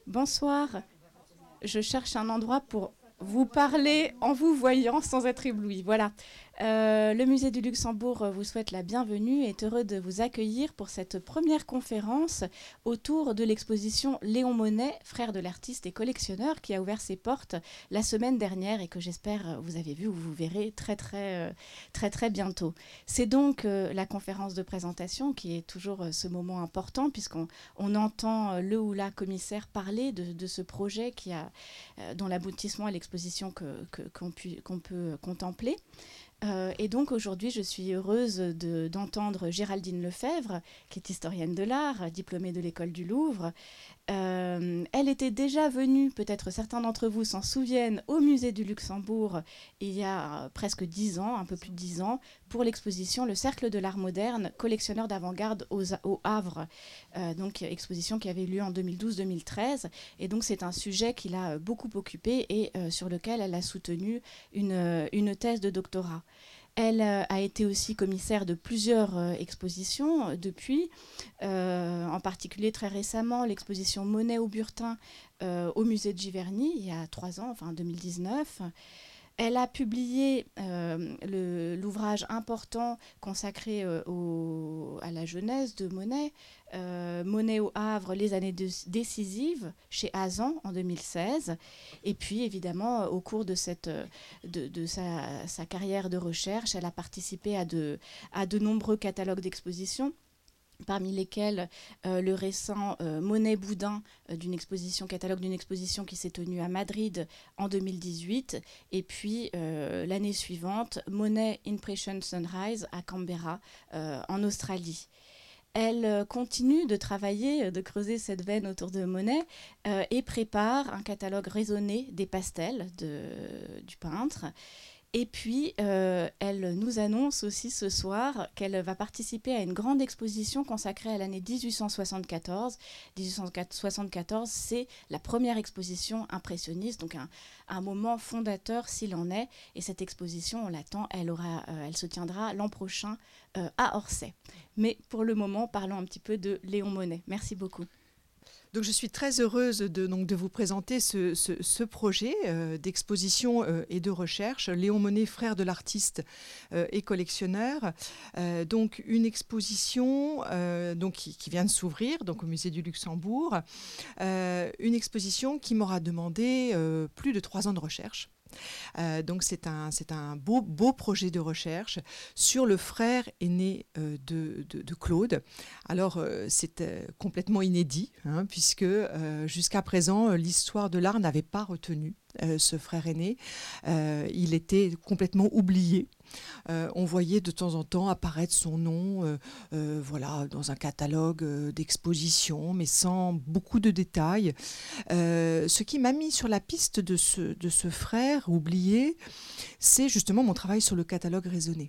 Bonsoir, je cherche un endroit pour vous parler en vous voyant sans être ébloui. Voilà. Le musée du Luxembourg vous souhaite la bienvenue et est heureux de vous accueillir pour cette première conférence autour de l'exposition Léon Monnet, frère de l'artiste et collectionneur, qui a ouvert ses portes la semaine dernière et que j'espère vous avez vu ou vous verrez très bientôt. C'est donc la conférence de présentation qui est toujours ce moment important puisqu'on entend le ou la commissaire parler de ce projet dont l'aboutissement est l'exposition qu'on peut contempler. Et donc aujourd'hui, je suis heureuse d'entendre Géraldine Lefebvre, qui est historienne de l'art, diplômée de l'école du Louvre. Elle était déjà venue, peut-être certains d'entre vous s'en souviennent, au musée du Luxembourg il y a presque 10 ans, un peu plus de 10 ans, pour l'exposition Le Cercle de l'Art Moderne, collectionneur d'avant-garde au Havre. Donc exposition qui avait lieu en 2012-2013. Et donc c'est un sujet qui l'a beaucoup occupée et sur lequel elle a soutenu une thèse de doctorat. Elle a été aussi commissaire de plusieurs expositions depuis, en particulier très récemment l'exposition Monet au Burtin au musée de Giverny il y a 3 ans, enfin 2019. Elle a publié l'ouvrage important consacré à la jeunesse de Monet, Monet au Havre, les années décisives, chez Azan en 2016. Et puis, évidemment, au cours de sa carrière de recherche, elle a participé à de nombreux catalogues d'expositions, parmi lesquels le récent Monet-Boudin catalogue d'une exposition qui s'est tenue à Madrid en 2018, et puis l'année suivante, Monet Impression Sunrise à Canberra en Australie. Elle continue de travailler, de creuser cette veine autour de Monet et prépare un catalogue raisonné des pastels du peintre. Et puis, elle nous annonce aussi ce soir qu'elle va participer à une grande exposition consacrée à l'année 1874. 1874, c'est la première exposition impressionniste, donc un moment fondateur s'il en est. Et cette exposition, on l'attend, elle se tiendra l'an prochain à Orsay. Mais pour le moment, parlons un petit peu de Léon Monnet. Merci beaucoup. Donc, je suis très heureuse de vous présenter ce projet d'exposition et de recherche. Léon Monnet, frère de l'artiste et collectionneur. Donc, une exposition qui vient de s'ouvrir donc, au musée du Luxembourg. Une exposition qui m'aura demandé plus de 3 ans de recherche. Donc c'est un beau projet de recherche sur le frère aîné de Claude. Alors c'est complètement inédit, puisque jusqu'à présent l'histoire de l'art n'avait pas retenu ce frère aîné. Il était complètement oublié. On voyait de temps en temps apparaître son nom dans un catalogue d'exposition, mais sans beaucoup de détails. Ce qui m'a mis sur la piste de ce frère oublié, c'est justement mon travail sur le catalogue raisonné.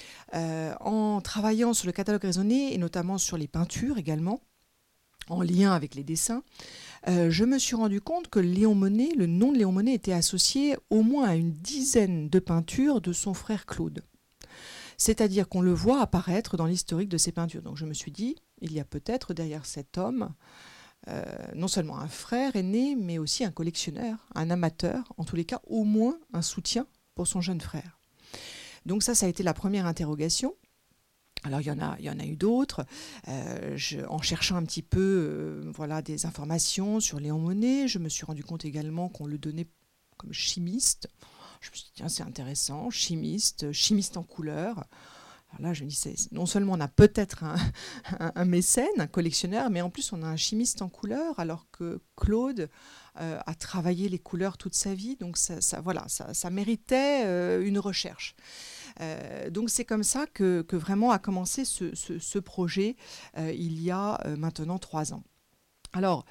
En travaillant sur le catalogue raisonné, et notamment sur les peintures également, en lien avec les dessins, je me suis rendu compte que Léon Monnet, le nom de Léon Monnet était associé au moins à une dizaine de peintures de son frère Claude. C'est-à-dire qu'on le voit apparaître dans l'historique de ses peintures. Donc je me suis dit, il y a peut-être derrière cet homme non seulement un frère aîné, mais aussi un collectionneur, un amateur, en tous les cas au moins un soutien pour son jeune frère. Donc ça a été la première interrogation. Alors il y en a eu d'autres. En cherchant un petit peu des informations sur Léon Monnet, je me suis rendu compte également qu'on le donnait comme chimiste. Je me suis dit, tiens, c'est intéressant, chimiste en couleur. Alors là, je me dis, non seulement on a peut-être un mécène, un collectionneur, mais en plus on a un chimiste en couleur, alors que Claude a travaillé les couleurs toute sa vie, donc ça méritait une recherche. Donc c'est comme ça que vraiment a commencé ce projet il y a maintenant 3 ans. Alors,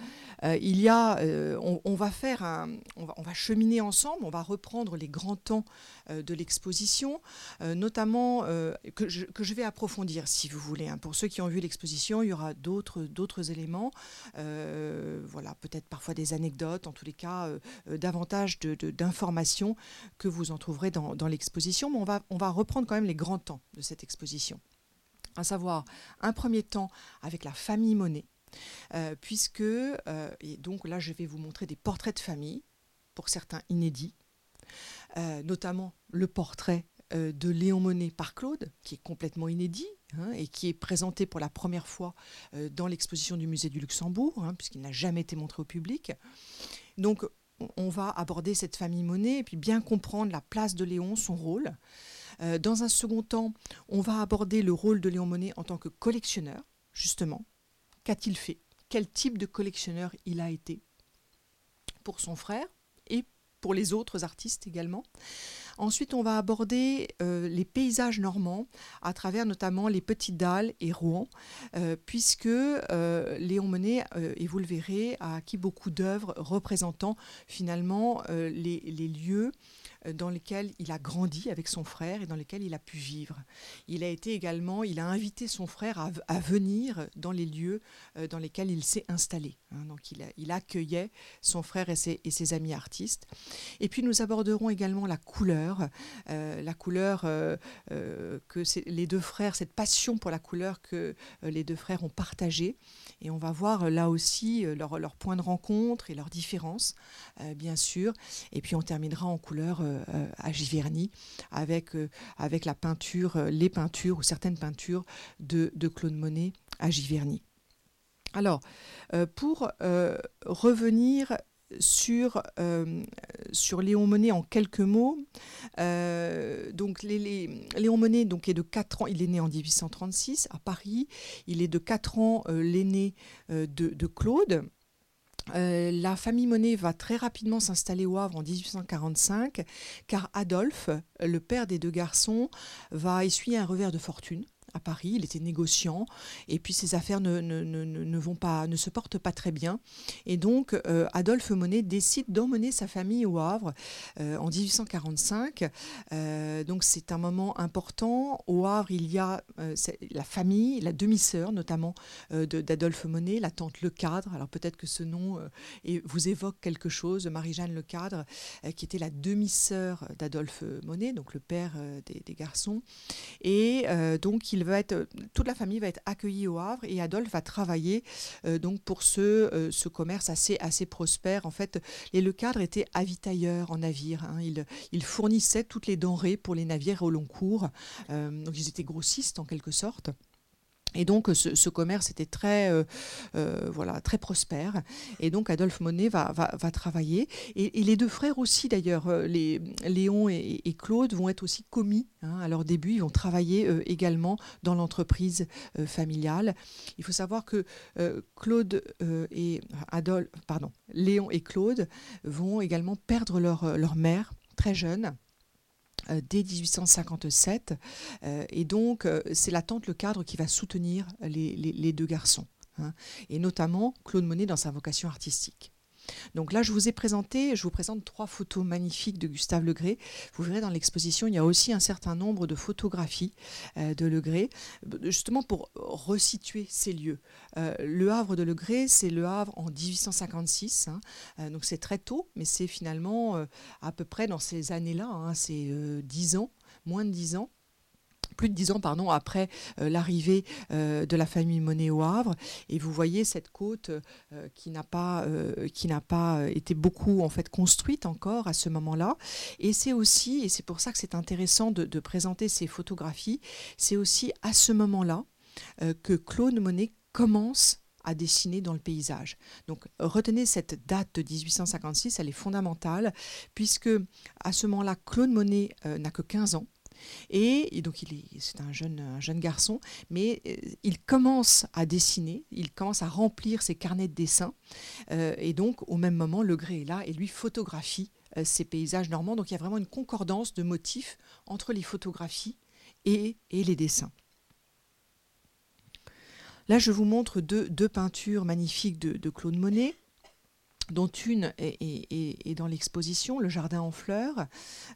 on va cheminer ensemble, on va reprendre les grands temps de l'exposition, notamment que je vais approfondir, si vous voulez. Pour ceux qui ont vu l'exposition, il y aura d'autres éléments, peut-être parfois des anecdotes, en tous les cas, davantage d'informations que vous en trouverez dans l'exposition, mais on va reprendre quand même les grands temps de cette exposition. À savoir, un premier temps avec la famille Monet, puisque, et donc là je vais vous montrer des portraits de famille, pour certains inédits, notamment le portrait de Léon Monnet par Claude, qui est complètement inédit, et qui est présenté pour la première fois dans l'exposition du musée du Luxembourg, puisqu'il n'a jamais été montré au public. Donc on va aborder cette famille Monnet et puis bien comprendre la place de Léon, son rôle. Dans un second temps, on va aborder le rôle de Léon Monnet en tant que collectionneur, justement. Qu'a-t-il fait? Quel type de collectionneur il a été pour son frère et pour les autres artistes également. Ensuite, on va aborder les paysages normands à travers notamment les Petites Dalles et Rouen, puisque Léon Monnet, et vous le verrez, a acquis beaucoup d'œuvres représentant finalement les lieux dans lesquels il a grandi avec son frère et dans lesquels il a pu vivre. Il a invité son frère à venir dans les lieux dans lesquels il s'est installé. Donc il accueillait son frère et ses amis artistes. Et puis nous aborderons également la couleur que les deux frères, cette passion pour la couleur que les deux frères ont partagée. Et on va voir là aussi leur point de rencontre et leurs différences, bien sûr. Et puis on terminera en couleur à Giverny avec la peinture, les peintures ou certaines peintures de Claude Monet à Giverny. Alors, pour revenir sur Léon Monnet en quelques mots. Donc Léon Monnet donc, est de 4 ans, il est né en 1836 à Paris, il est de 4 ans l'aîné de Claude. La famille Monnet va très rapidement s'installer au Havre en 1845, car Adolphe, le père des deux garçons, va essuyer un revers de fortune à Paris. Il était négociant et puis ses affaires ne se portent pas très bien. Et donc Adolphe Monnet décide d'emmener sa famille au Havre en 1845. Donc c'est un moment important. Au Havre, il y a la famille, la demi-sœur notamment d'Adolphe Monnet, la tante Lecadre. Alors peut-être que ce nom vous évoque quelque chose, Marie-Jeanne Lecadre, qui était la demi-sœur d'Adolphe Monnet, donc le père des garçons. Et donc toute la famille va être accueillie au Havre et Adolphe va travailler donc pour ce commerce assez prospère. En fait, les Lecadre étaient avitailleurs en navire. Ils fournissaient toutes les denrées pour les navires au long cours. Donc ils étaient grossistes en quelque sorte. Et donc ce commerce était très prospère. Et donc Adolphe Monnet va travailler. Et les deux frères aussi d'ailleurs, Léon et Claude, vont être aussi commis. À leur début, ils vont travailler également dans l'entreprise familiale. Il faut savoir que Léon et Claude vont également perdre leur mère très jeune. Dès 1857, et donc c'est la tante Lecadre qui va soutenir les deux garçons, et notamment Claude Monet dans sa vocation artistique. Donc là, je vous présente 3 photos magnifiques de Gustave Le Gray. Vous verrez dans l'exposition, il y a aussi un certain nombre de photographies de Le Gray, justement pour resituer ces lieux. Le Havre de Le Gray, c'est le Havre en 1856, donc c'est très tôt, mais c'est finalement à peu près dans ces années-là, c'est 10 ans, moins de 10 ans. Plus de 10 ans après l'arrivée de la famille Monnet au Havre. Et vous voyez cette côte qui n'a pas été beaucoup en fait construite encore à ce moment-là. Et c'est pour ça que c'est intéressant de présenter ces photographies, c'est aussi à ce moment-là que Claude Monet commence à dessiner dans le paysage. Donc retenez cette date de 1856, elle est fondamentale, puisque à ce moment-là, Claude Monet n'a que 15 ans. Et donc c'est un jeune garçon, mais il commence à dessiner, il commence à remplir ses carnets de dessin, et donc au même moment Le Gray est là et lui photographie ces paysages normands. Donc il y a vraiment une concordance de motifs entre les photographies et les dessins. Là je vous montre deux peintures magnifiques de Claude Monet. dont une est dans l'exposition, Le Jardin en fleurs,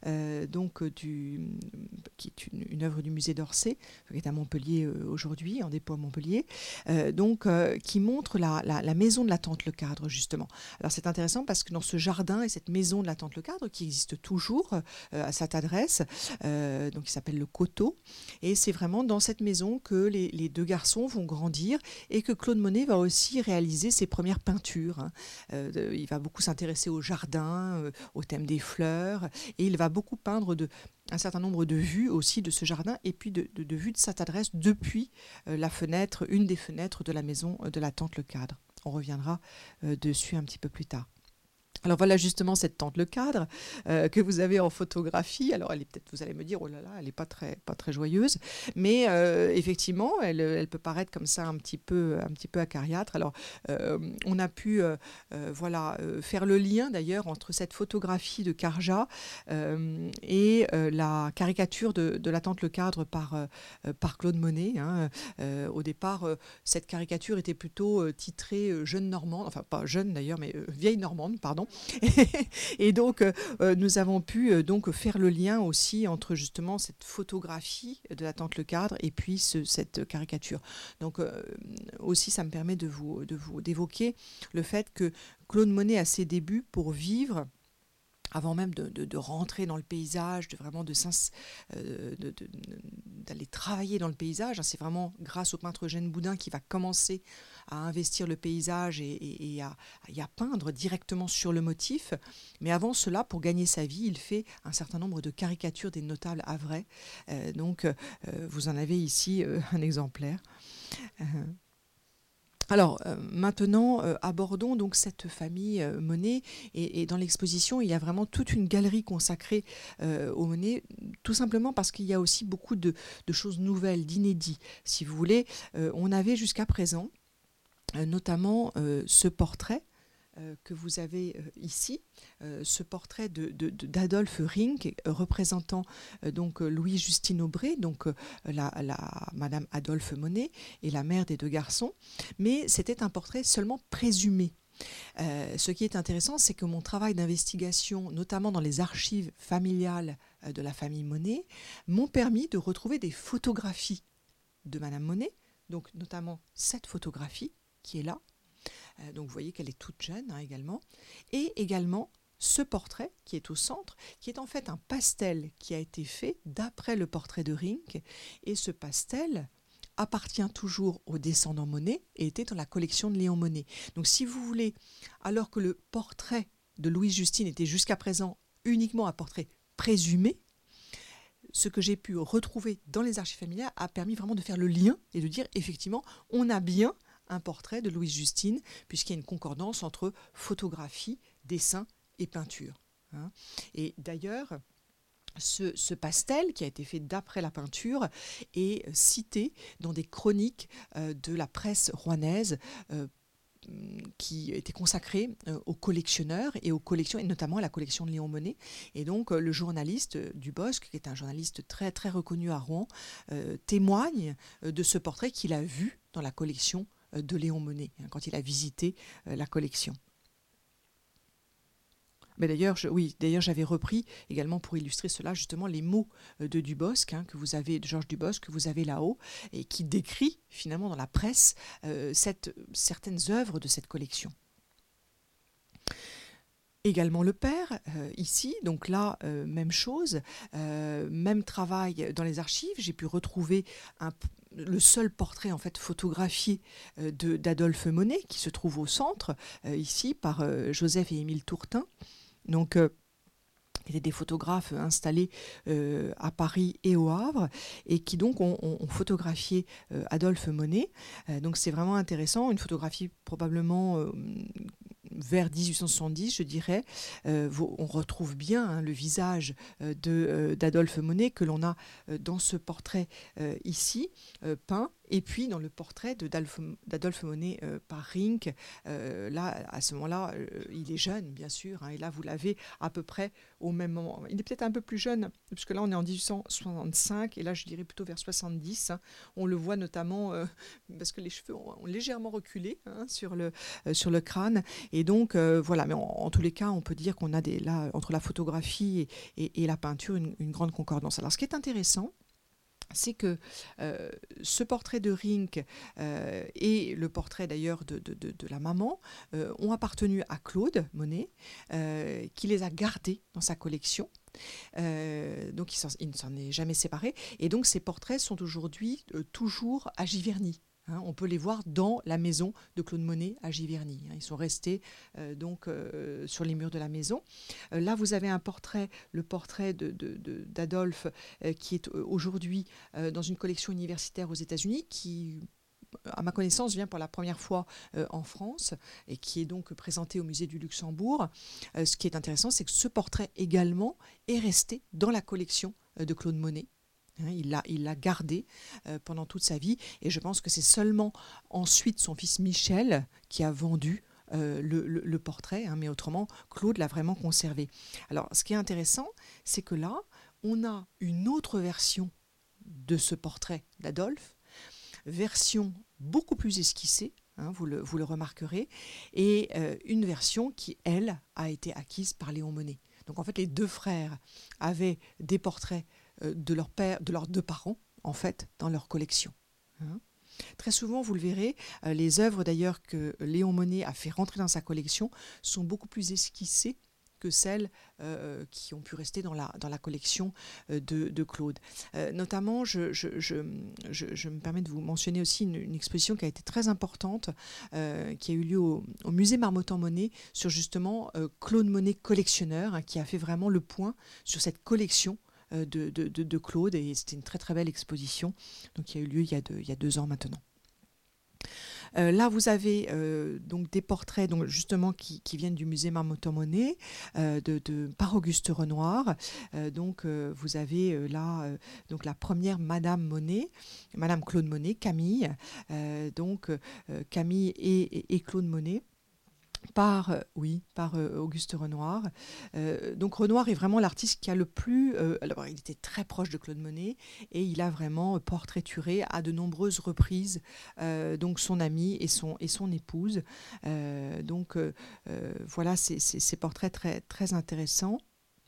qui est une œuvre du musée d'Orsay, qui est à Montpellier aujourd'hui, en dépôt à Montpellier, qui montre la maison de la tante Lecadre, justement. Alors c'est intéressant parce que dans ce jardin et cette maison de la tante Lecadre, qui existe toujours à cette adresse, donc qui s'appelle le Coteau, et c'est vraiment dans cette maison que les deux garçons vont grandir et que Claude Monet va aussi réaliser ses premières peintures. Il va beaucoup s'intéresser au jardin, au thème des fleurs, et il va beaucoup peindre un certain nombre de vues aussi de ce jardin, et puis de vues de cette adresse depuis la fenêtre, une des fenêtres de la maison de la tante Lecadre. On reviendra dessus un petit peu plus tard. Alors voilà justement cette tante Lecadre que vous avez en photographie. Alors elle est peut-être, vous allez me dire, oh là là, elle n'est pas très joyeuse, mais effectivement, elle peut paraître comme ça un petit peu acariâtre. Alors on a pu faire le lien d'ailleurs entre cette photographie de Carja et la caricature de la tante Lecadre par Claude Monet. Au départ, cette caricature était plutôt titrée Jeune Normande, enfin pas jeune d'ailleurs, mais vieille Normande, pardon. Et donc, nous avons pu donc faire le lien aussi entre justement cette photographie de la tante Lecadre et puis cette caricature. Donc, aussi, ça me permet d'évoquer le fait que Claude Monet, à ses débuts, pour vivre, avant même de rentrer dans le paysage, d'aller travailler dans le paysage, c'est vraiment grâce au peintre Eugène Boudin qui va commencer à investir le paysage et à peindre directement sur le motif. Mais avant cela, pour gagner sa vie, il fait un certain nombre de caricatures des notables havrais. Vous en avez ici un exemplaire. Alors maintenant, abordons donc cette famille Monet, et dans l'exposition, il y a vraiment toute une galerie consacrée au Monet, tout simplement parce qu'il y a aussi beaucoup de choses nouvelles, d'inédits. Si vous voulez, on avait jusqu'à présent notamment ce portrait que vous avez ici, ce portrait d'Adolphe Rink représentant donc Louis-Justine Aubray, donc la Madame Adolphe Monet et la mère des deux garçons, mais c'était un portrait seulement présumé. Ce qui est intéressant, c'est que mon travail d'investigation, notamment dans les archives familiales de la famille Monet, m'ont permis de retrouver des photographies de Madame Monet, donc notamment cette photographie qui est là. Donc vous voyez qu'elle est toute jeune également, et également ce portrait qui est au centre, qui est en fait un pastel qui a été fait d'après le portrait de Rink, et ce pastel appartient toujours aux descendants Monet et était dans la collection de Léon Monet. Donc si vous voulez, alors que le portrait de Louise-Justine était jusqu'à présent uniquement un portrait présumé, ce que j'ai pu retrouver dans les archives familiales a permis vraiment de faire le lien et de dire effectivement on a bien un portrait de Louise-Justine, puisqu'il y a une concordance entre photographie, dessin et peinture. Et d'ailleurs, ce pastel qui a été fait d'après la peinture est cité dans des chroniques de la presse rouennaise qui était consacrée aux collectionneurs et aux collections, et notamment à la collection de Léon Monet. Et donc le journaliste Dubosc, qui est un journaliste très, très reconnu à Rouen, témoigne de ce portrait qu'il a vu dans la collection de Léon Monet, quand il a visité la collection. Mais d'ailleurs, j'avais repris également pour illustrer cela justement les mots de Dubosc, que vous avez, de Georges Dubosc, que vous avez là-haut, et qui décrit finalement dans la presse certaines œuvres de cette collection. Également le père, ici, donc là, même chose, même travail dans les archives. J'ai pu retrouver le seul portrait en fait photographié d'Adolphe Monet, qui se trouve au centre, ici, par Joseph et Émile Tourtin. Donc, qui étaient des photographes installés à Paris et au Havre, et qui donc ont photographié Adolphe Monet. Donc c'est vraiment intéressant, une photographie probablement vers 1870, je dirais. On retrouve bien le visage d'Adolphe Monet que l'on a dans ce portrait ici, peint Et puis dans le portrait d'Adolphe Monet par Rink, là, à ce moment-là, il est jeune, bien sûr, hein, et là, vous l'avez à peu près au même moment. Il est peut-être un peu plus jeune, puisque là, on est en 1865, et là, je dirais plutôt vers 70. Hein. On le voit notamment parce que les cheveux ont légèrement reculé, hein, sur le crâne. Et donc, voilà, mais en tous les cas, on peut dire qu'on a là, entre la photographie et la peinture, une grande concordance. Alors, ce qui est intéressant, c'est que ce portrait de Rink et le portrait d'ailleurs de la maman ont appartenu à Claude Monet, qui les a gardés dans sa collection. Donc il ne s'en est jamais séparé. Et donc ces portraits sont aujourd'hui toujours à Giverny. Hein, on peut les voir dans la maison de Claude Monet à Giverny. Hein, ils sont restés sur les murs de la maison. Là, vous avez le portrait d'Adolphe, qui est aujourd'hui dans une collection universitaire aux États-Unis, qui, à ma connaissance, vient pour la première fois en France et qui est donc présenté au musée du Luxembourg. Ce qui est intéressant, c'est que ce portrait également est resté dans la collection de Claude Monet. Il l'a gardé pendant toute sa vie, et je pense que c'est seulement ensuite son fils Michel qui a vendu le portrait, hein, mais autrement, Claude l'a vraiment conservé. Alors, ce qui est intéressant, c'est que là, on a une autre version de ce portrait d'Adolphe, version beaucoup plus esquissée, hein, vous le remarquerez, et une version qui, elle, a été acquise par Léon Monet. Donc, en fait, les deux frères avaient des portraits de leur père, de leurs deux parents, en fait, dans leur collection. Hein. Très souvent, vous le verrez, les œuvres d'ailleurs que Léon Monet a fait rentrer dans sa collection sont beaucoup plus esquissées que celles qui ont pu rester dans la collection de Claude. Notamment, je me permets de vous mentionner aussi une exposition qui a été très importante, qui a eu lieu au musée Marmottan-Monet, sur justement Claude Monet collectionneur, hein, qui a fait vraiment le point sur cette collection de Claude, et c'était une très très belle exposition, donc qui a eu lieu il y a 2 ans maintenant. Là, vous avez donc des portraits, donc justement qui viennent du musée Marmottan-Monet, par Auguste Renoir. Donc vous avez là donc la première Madame Monet, Madame Claude Monet, Camille. Camille et Claude Monet. Par Auguste Renoir. Donc Renoir est vraiment l'artiste qui a le plus... alors il était très proche de Claude Monet, et il a vraiment portraituré à de nombreuses reprises donc son ami et son épouse. Voilà ces portraits très, très intéressants.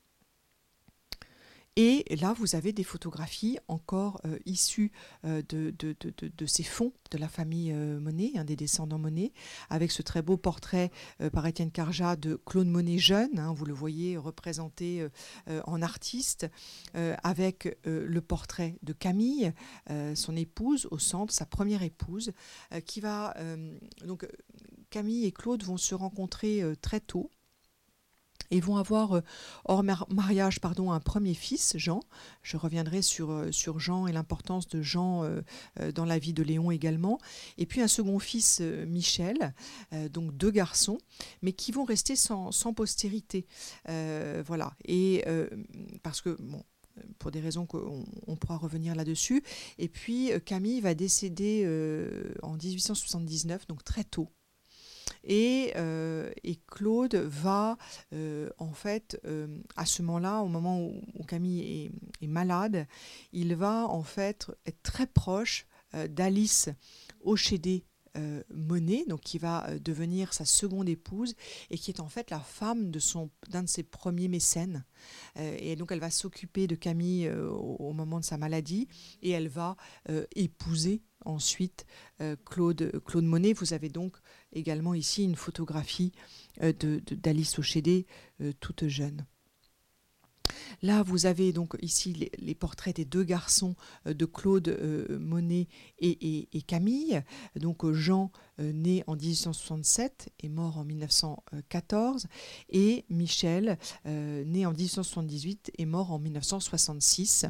Et là, vous avez des photographies encore issues de ces fonds de la famille Monet, hein, des descendants Monet, avec ce très beau portrait par Étienne Carjat de Claude Monet jeune, hein, vous le voyez représenté en artiste, avec le portrait de Camille, son épouse, au centre, sa première épouse, qui va... donc Camille et Claude vont se rencontrer très tôt, et vont avoir hors mariage un premier fils, Jean. Je reviendrai sur Jean et l'importance de Jean dans la vie de Léon également. Et puis un second fils, Michel, donc 2 garçons, mais qui vont rester sans postérité. Voilà. Et parce que, bon, pour des raisons qu'on pourra revenir là-dessus. Et puis Camille va décéder en 1879, donc très tôt. Et Claude va, en fait, à ce moment-là, au moment où Camille est malade, il va en fait être très proche d'Alice Hochédé Monet, donc qui va devenir sa seconde épouse, et qui est en fait la femme d'un de ses premiers mécènes. Et donc elle va s'occuper de Camille au moment de sa maladie, et elle va épouser ensuite Claude Monet. Vous avez donc également ici une photographie d'Alice Hochédé toute jeune. Là, vous avez donc ici les portraits des 2 garçons de Claude Monet et Camille. Donc Jean, né en 1867 et mort en 1914, et Michel, né en 1878 et mort en 1966.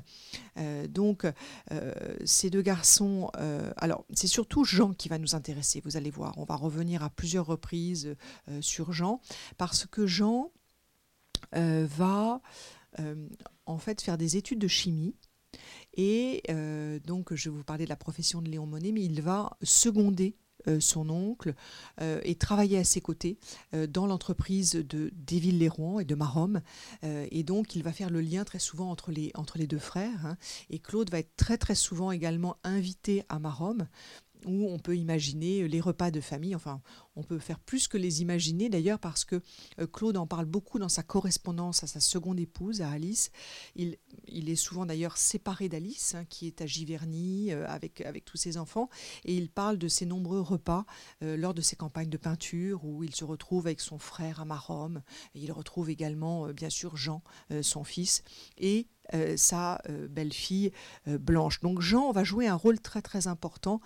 Ces 2 garçons... alors, c'est surtout Jean qui va nous intéresser, vous allez voir. On va revenir à plusieurs reprises sur Jean, parce que Jean va... en fait faire des études de chimie, Et donc, je vais vous parler de la profession de Léon Monnet, mais il va seconder son oncle et travailler à ses côtés dans l'entreprise d'Éville-les-Rouen et de Maromme. Et donc, il va faire le lien très souvent entre les deux frères. Hein. Et Claude va être très, très souvent également invité à Maromme, où on peut imaginer les repas de famille. Enfin, on peut faire plus que les imaginer d'ailleurs, parce que Claude en parle beaucoup dans sa correspondance à sa seconde épouse, à Alice. Il est souvent d'ailleurs séparé d'Alice, hein, qui est à Giverny avec tous ses enfants, et il parle de ses nombreux repas lors de ses campagnes de peinture, où il se retrouve avec son frère à Maromme. Et il retrouve également, bien sûr, Jean, son fils, et sa belle-fille Blanche. Donc Jean va jouer un rôle très très important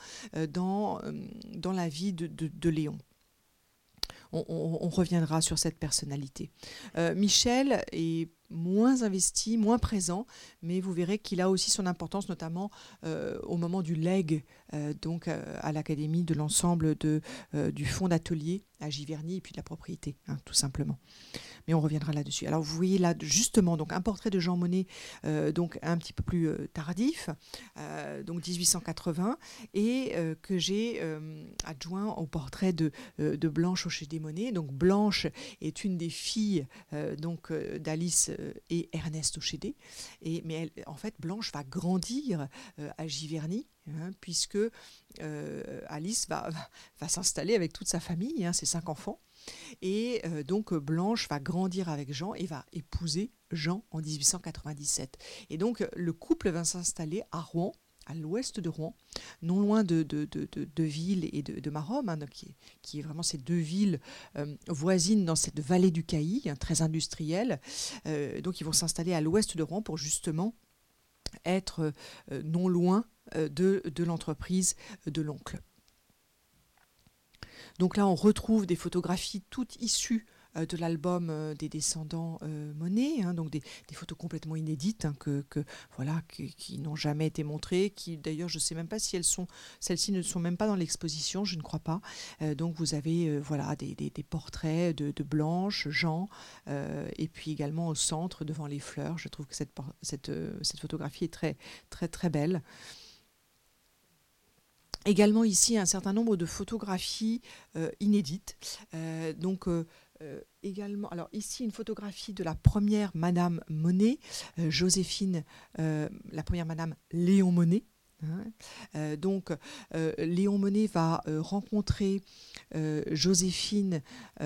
dans la vie de Léon. On reviendra sur cette personnalité. Michel est moins investi, moins présent, mais vous verrez qu'il a aussi son importance, notamment au moment du legs, donc à l'Académie, de l'ensemble du fonds d'atelier à Giverny, et puis de la propriété, hein, tout simplement. Mais on reviendra là-dessus. Alors vous voyez là justement donc un portrait de Jean Monnet, donc un petit peu plus tardif, donc 1880, et que j'ai adjoint au portrait de Blanche Hochet-Desmonnets. Donc Blanche est une des filles d'Alice et Ernest Hochet. Mais en fait, Blanche va grandir à Giverny, hein, puisque Alice va s'installer avec toute sa famille, hein, ses 5 enfants. Et donc Blanche va grandir avec Jean et va épouser Jean en 1897. Et donc le couple va s'installer à Rouen, à l'ouest de Rouen, non loin de Ville et de Maromme, hein, qui est vraiment ces deux villes voisines dans cette vallée du Caï, hein, très industrielle. Donc ils vont s'installer à l'ouest de Rouen pour justement être non loin de l'entreprise de l'oncle. Donc là, on retrouve des photographies toutes issues de l'album des descendants Monnet, hein, donc des photos complètement inédites, hein, qui n'ont jamais été montrées, qui d'ailleurs je ne sais même pas si celles-ci ne sont même pas dans l'exposition, je ne crois pas. Donc vous avez des portraits de Blanche, Jean, et puis également au centre devant les fleurs. Je trouve que cette photographie est très très très belle. Également ici un certain nombre de photographies inédites. Également, alors ici une photographie de la première Madame Monnet, Joséphine, la première Madame Léon Monnet. Hein. Léon Monnet va rencontrer Joséphine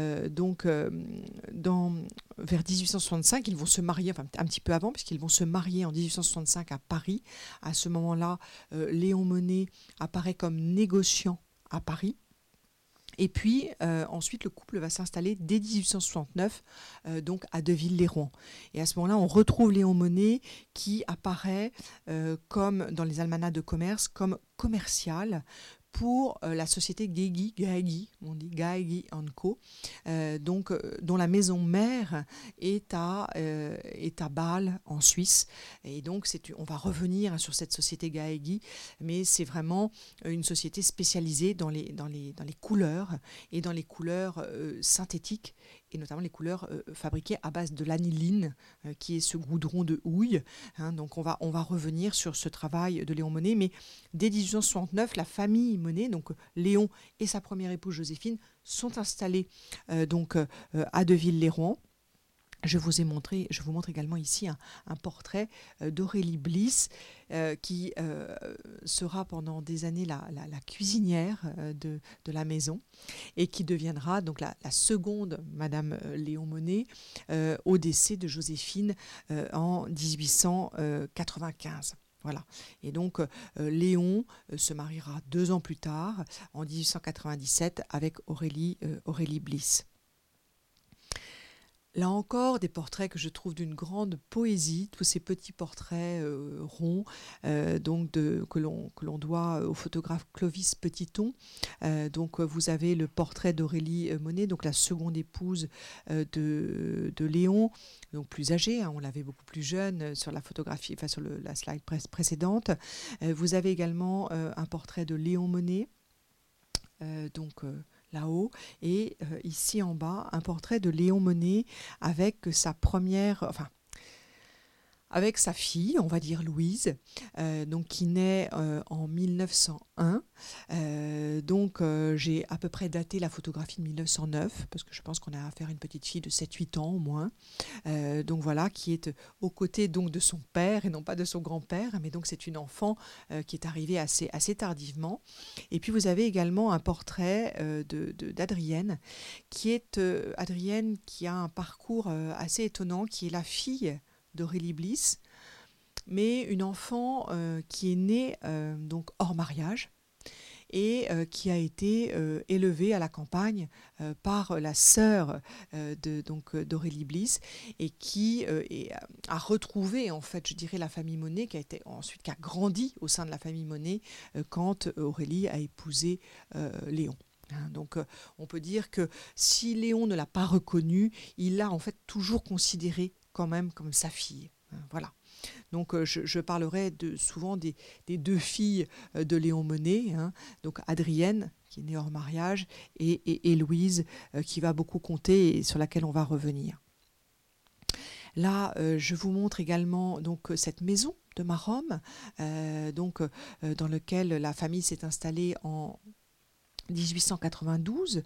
vers 1865. Ils vont se marier, enfin un petit peu avant, puisqu'ils vont se marier en 1865 à Paris. À ce moment-là, Léon Monnet apparaît comme négociant à Paris. Et puis ensuite, le couple va s'installer dès 1869 donc à Deville-les-Rouen. Et à ce moment-là, on retrouve Léon Monnet qui apparaît comme dans les almanachs de commerce comme commercial pour la société Gaegi, on dit Gaegi & Co, dont la maison mère est à Bâle, en Suisse. Et donc, on va revenir sur cette société Gaegi, mais c'est vraiment une société spécialisée dans les couleurs, et dans les couleurs synthétiques, et notamment les couleurs fabriquées à base de l'aniline, qui est ce goudron de houille. Hein. Donc on va revenir sur ce travail de Léon Monnet, mais dès 1869, la famille Monnet, donc Léon et sa première épouse Joséphine, sont installés à Deville-les-Rouen. Je vous montre également ici un portrait d'Aurélie Bliss, qui sera pendant des années la cuisinière de la maison, et qui deviendra donc la seconde Madame Léon Monnet au décès de Joséphine en 1895. Voilà. Et donc Léon se mariera 2 ans plus tard, en 1897, avec Aurélie Bliss. Là encore, des portraits que je trouve d'une grande poésie, tous ces petits portraits ronds, que l'on doit au photographe Clovis Petiton. Vous avez le portrait d'Aurélie Monnet, donc la seconde épouse de Léon, donc plus âgée, hein, on l'avait beaucoup plus jeune sur la photographie, enfin sur la slide précédente. Vous avez également un portrait de Léon Monnet, là-haut, et ici en bas, un portrait de Léon Monnet avec sa première... avec sa fille, on va dire Louise, donc qui naît en 1901. J'ai à peu près daté la photographie de 1909, parce que je pense qu'on a affaire à une petite fille de 7-8 ans au moins. Donc voilà, qui est aux côtés donc de son père et non pas de son grand-père, mais donc c'est une enfant qui est arrivée assez tardivement. Et puis vous avez également un portrait d'Adrienne, Adrienne qui a un parcours assez étonnant, qui est la fille d'Aurélie Bliss, mais une enfant qui est née donc hors mariage et qui a été élevée à la campagne par la sœur d'Aurélie Bliss et qui a retrouvé en fait, je dirais, la famille Monet, qui a grandi au sein de la famille Monet quand Aurélie a épousé Léon. Donc on peut dire que si Léon ne l'a pas reconnue, il l'a en fait toujours considérée quand même comme sa fille. Voilà. Donc je parlerai souvent des deux filles de Léon Monet, donc Adrienne, qui est née hors mariage, et Louise, qui va beaucoup compter et sur laquelle on va revenir. Là, je vous montre également donc, cette maison de Maromme, dans laquelle la famille s'est installée en 1892.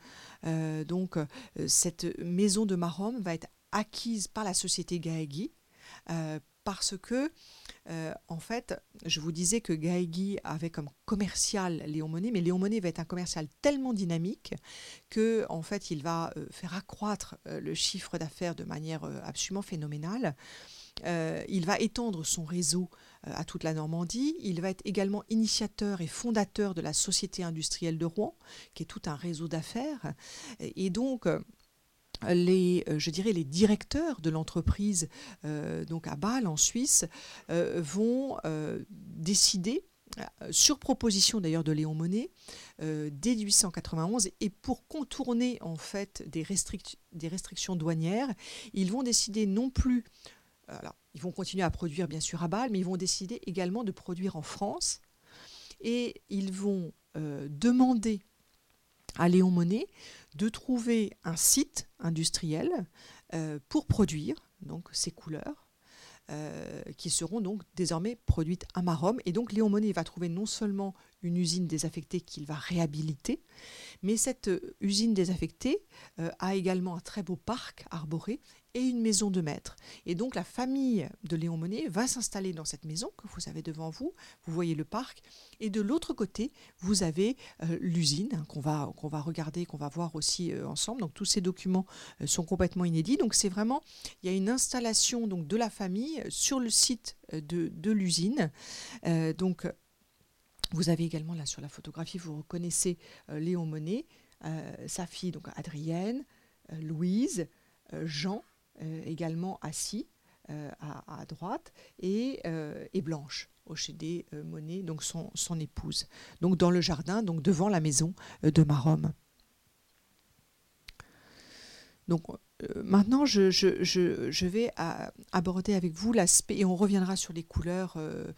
Cette maison de Maromme va être acquise par la société Gahegui, parce que, en fait, je vous disais que Gahegui avait comme commercial Léon Monet, mais Léon Monet va être un commercial tellement dynamique que, en fait, il va faire accroître le chiffre d'affaires de manière absolument phénoménale. Il va étendre son réseau à toute la Normandie. Il va être également initiateur et fondateur de la Société industrielle de Rouen, qui est tout un réseau d'affaires. Et donc, les directeurs de l'entreprise donc à Bâle en Suisse vont décider, sur proposition d'ailleurs de Léon Monet, dès 1891, et pour contourner en fait des restrictions douanières, ils vont décider non plus, alors ils vont continuer à produire bien sûr à Bâle, mais ils vont décider également de produire en France, et ils vont demander à Léon Monet de trouver un site industriel pour produire donc ces couleurs qui seront donc désormais produites à Maromme. Et donc Léon Monet va trouver non seulement une usine désaffectée qu'il va réhabiliter, mais cette usine désaffectée a également un très beau parc arboré et une maison de maître. Et donc la famille de Léon Monet va s'installer dans cette maison que vous avez devant vous. Vous voyez le parc. Et de l'autre côté, vous avez l'usine qu'on va regarder, qu'on va voir aussi ensemble. Donc tous ces documents sont complètement inédits. Donc c'est vraiment, il y a une installation donc, de la famille sur le site de l'usine. Vous avez également là sur la photographie, vous reconnaissez Léon Monet, sa fille donc Adrienne, Louise, Jean, également assis à droite, et Blanche, Ochédé Monet, donc son épouse, donc dans le jardin, donc devant la maison de Maromme. Donc maintenant, je vais aborder avec vous l'aspect, et on reviendra sur les couleurs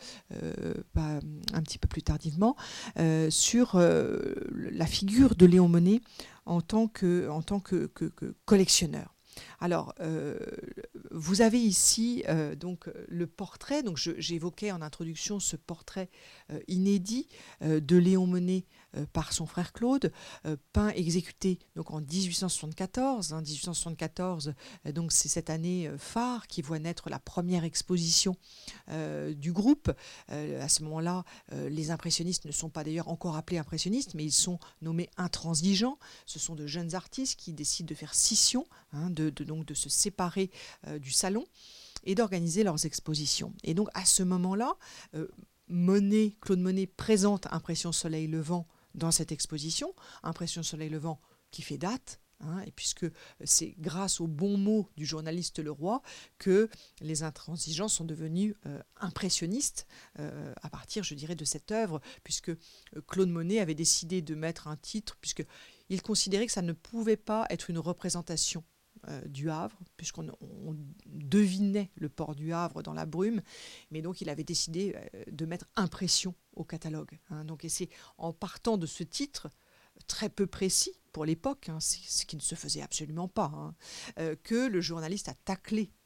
un petit peu plus tardivement, sur la figure de Léon Monet en tant que collectionneur. Alors, vous avez ici donc le portrait. Donc, j'évoquais en introduction ce portrait inédit de Léon Monet par son frère Claude, peint, exécuté donc en 1874. 1874, donc c'est cette année phare qui voit naître la première exposition du groupe. À ce moment-là, les impressionnistes ne sont pas d'ailleurs encore appelés impressionnistes, mais ils sont nommés intransigeants. Ce sont de jeunes artistes qui décident de faire scission, de se séparer du salon et d'organiser leurs expositions. Et donc à ce moment-là, Claude Monet présente Impression Soleil Levant dans cette exposition. Impression Soleil Levant qui fait date, et puisque c'est grâce aux bons mots du journaliste Leroy que les intransigeants sont devenus impressionnistes à partir, je dirais, de cette œuvre, puisque Claude Monet avait décidé de mettre un titre, puisqu'il considérait que ça ne pouvait pas être une représentation du Havre, puisqu'on devinait le port du Havre dans la brume, mais donc il avait décidé de mettre impression au catalogue. Donc, et c'est en partant de ce titre très peu précis pour l'époque, ce qui ne se faisait absolument pas, que le journaliste a taclé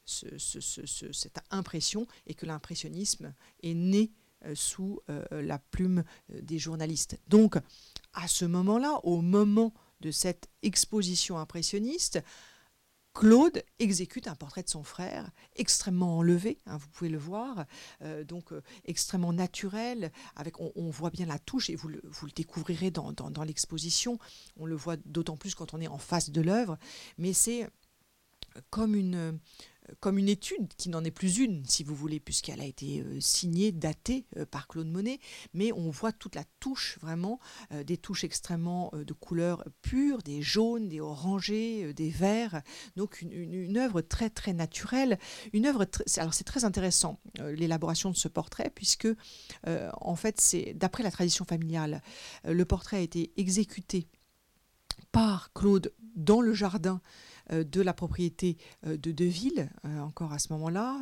cette impression, et que l'impressionnisme est né sous la plume des journalistes. Donc, à ce moment-là, au moment de cette exposition impressionniste, Claude exécute un portrait de son frère extrêmement enlevé, hein, vous pouvez le voir, extrêmement naturel, on voit bien la touche, et vous le découvrirez dans l'exposition. On le voit d'autant plus quand on est en face de l'œuvre, mais c'est comme une étude qui n'en est plus une, si vous voulez, puisqu'elle a été signée, datée par Claude Monet, mais on voit toute la touche, vraiment, des touches extrêmement de couleurs pures, des jaunes, des orangés, des verts, donc une œuvre très très naturelle, alors c'est très intéressant, l'élaboration de ce portrait, puisque en fait, c'est d'après la tradition familiale, le portrait a été exécuté par Claude dans le jardin de la propriété de Deville, encore à ce moment-là,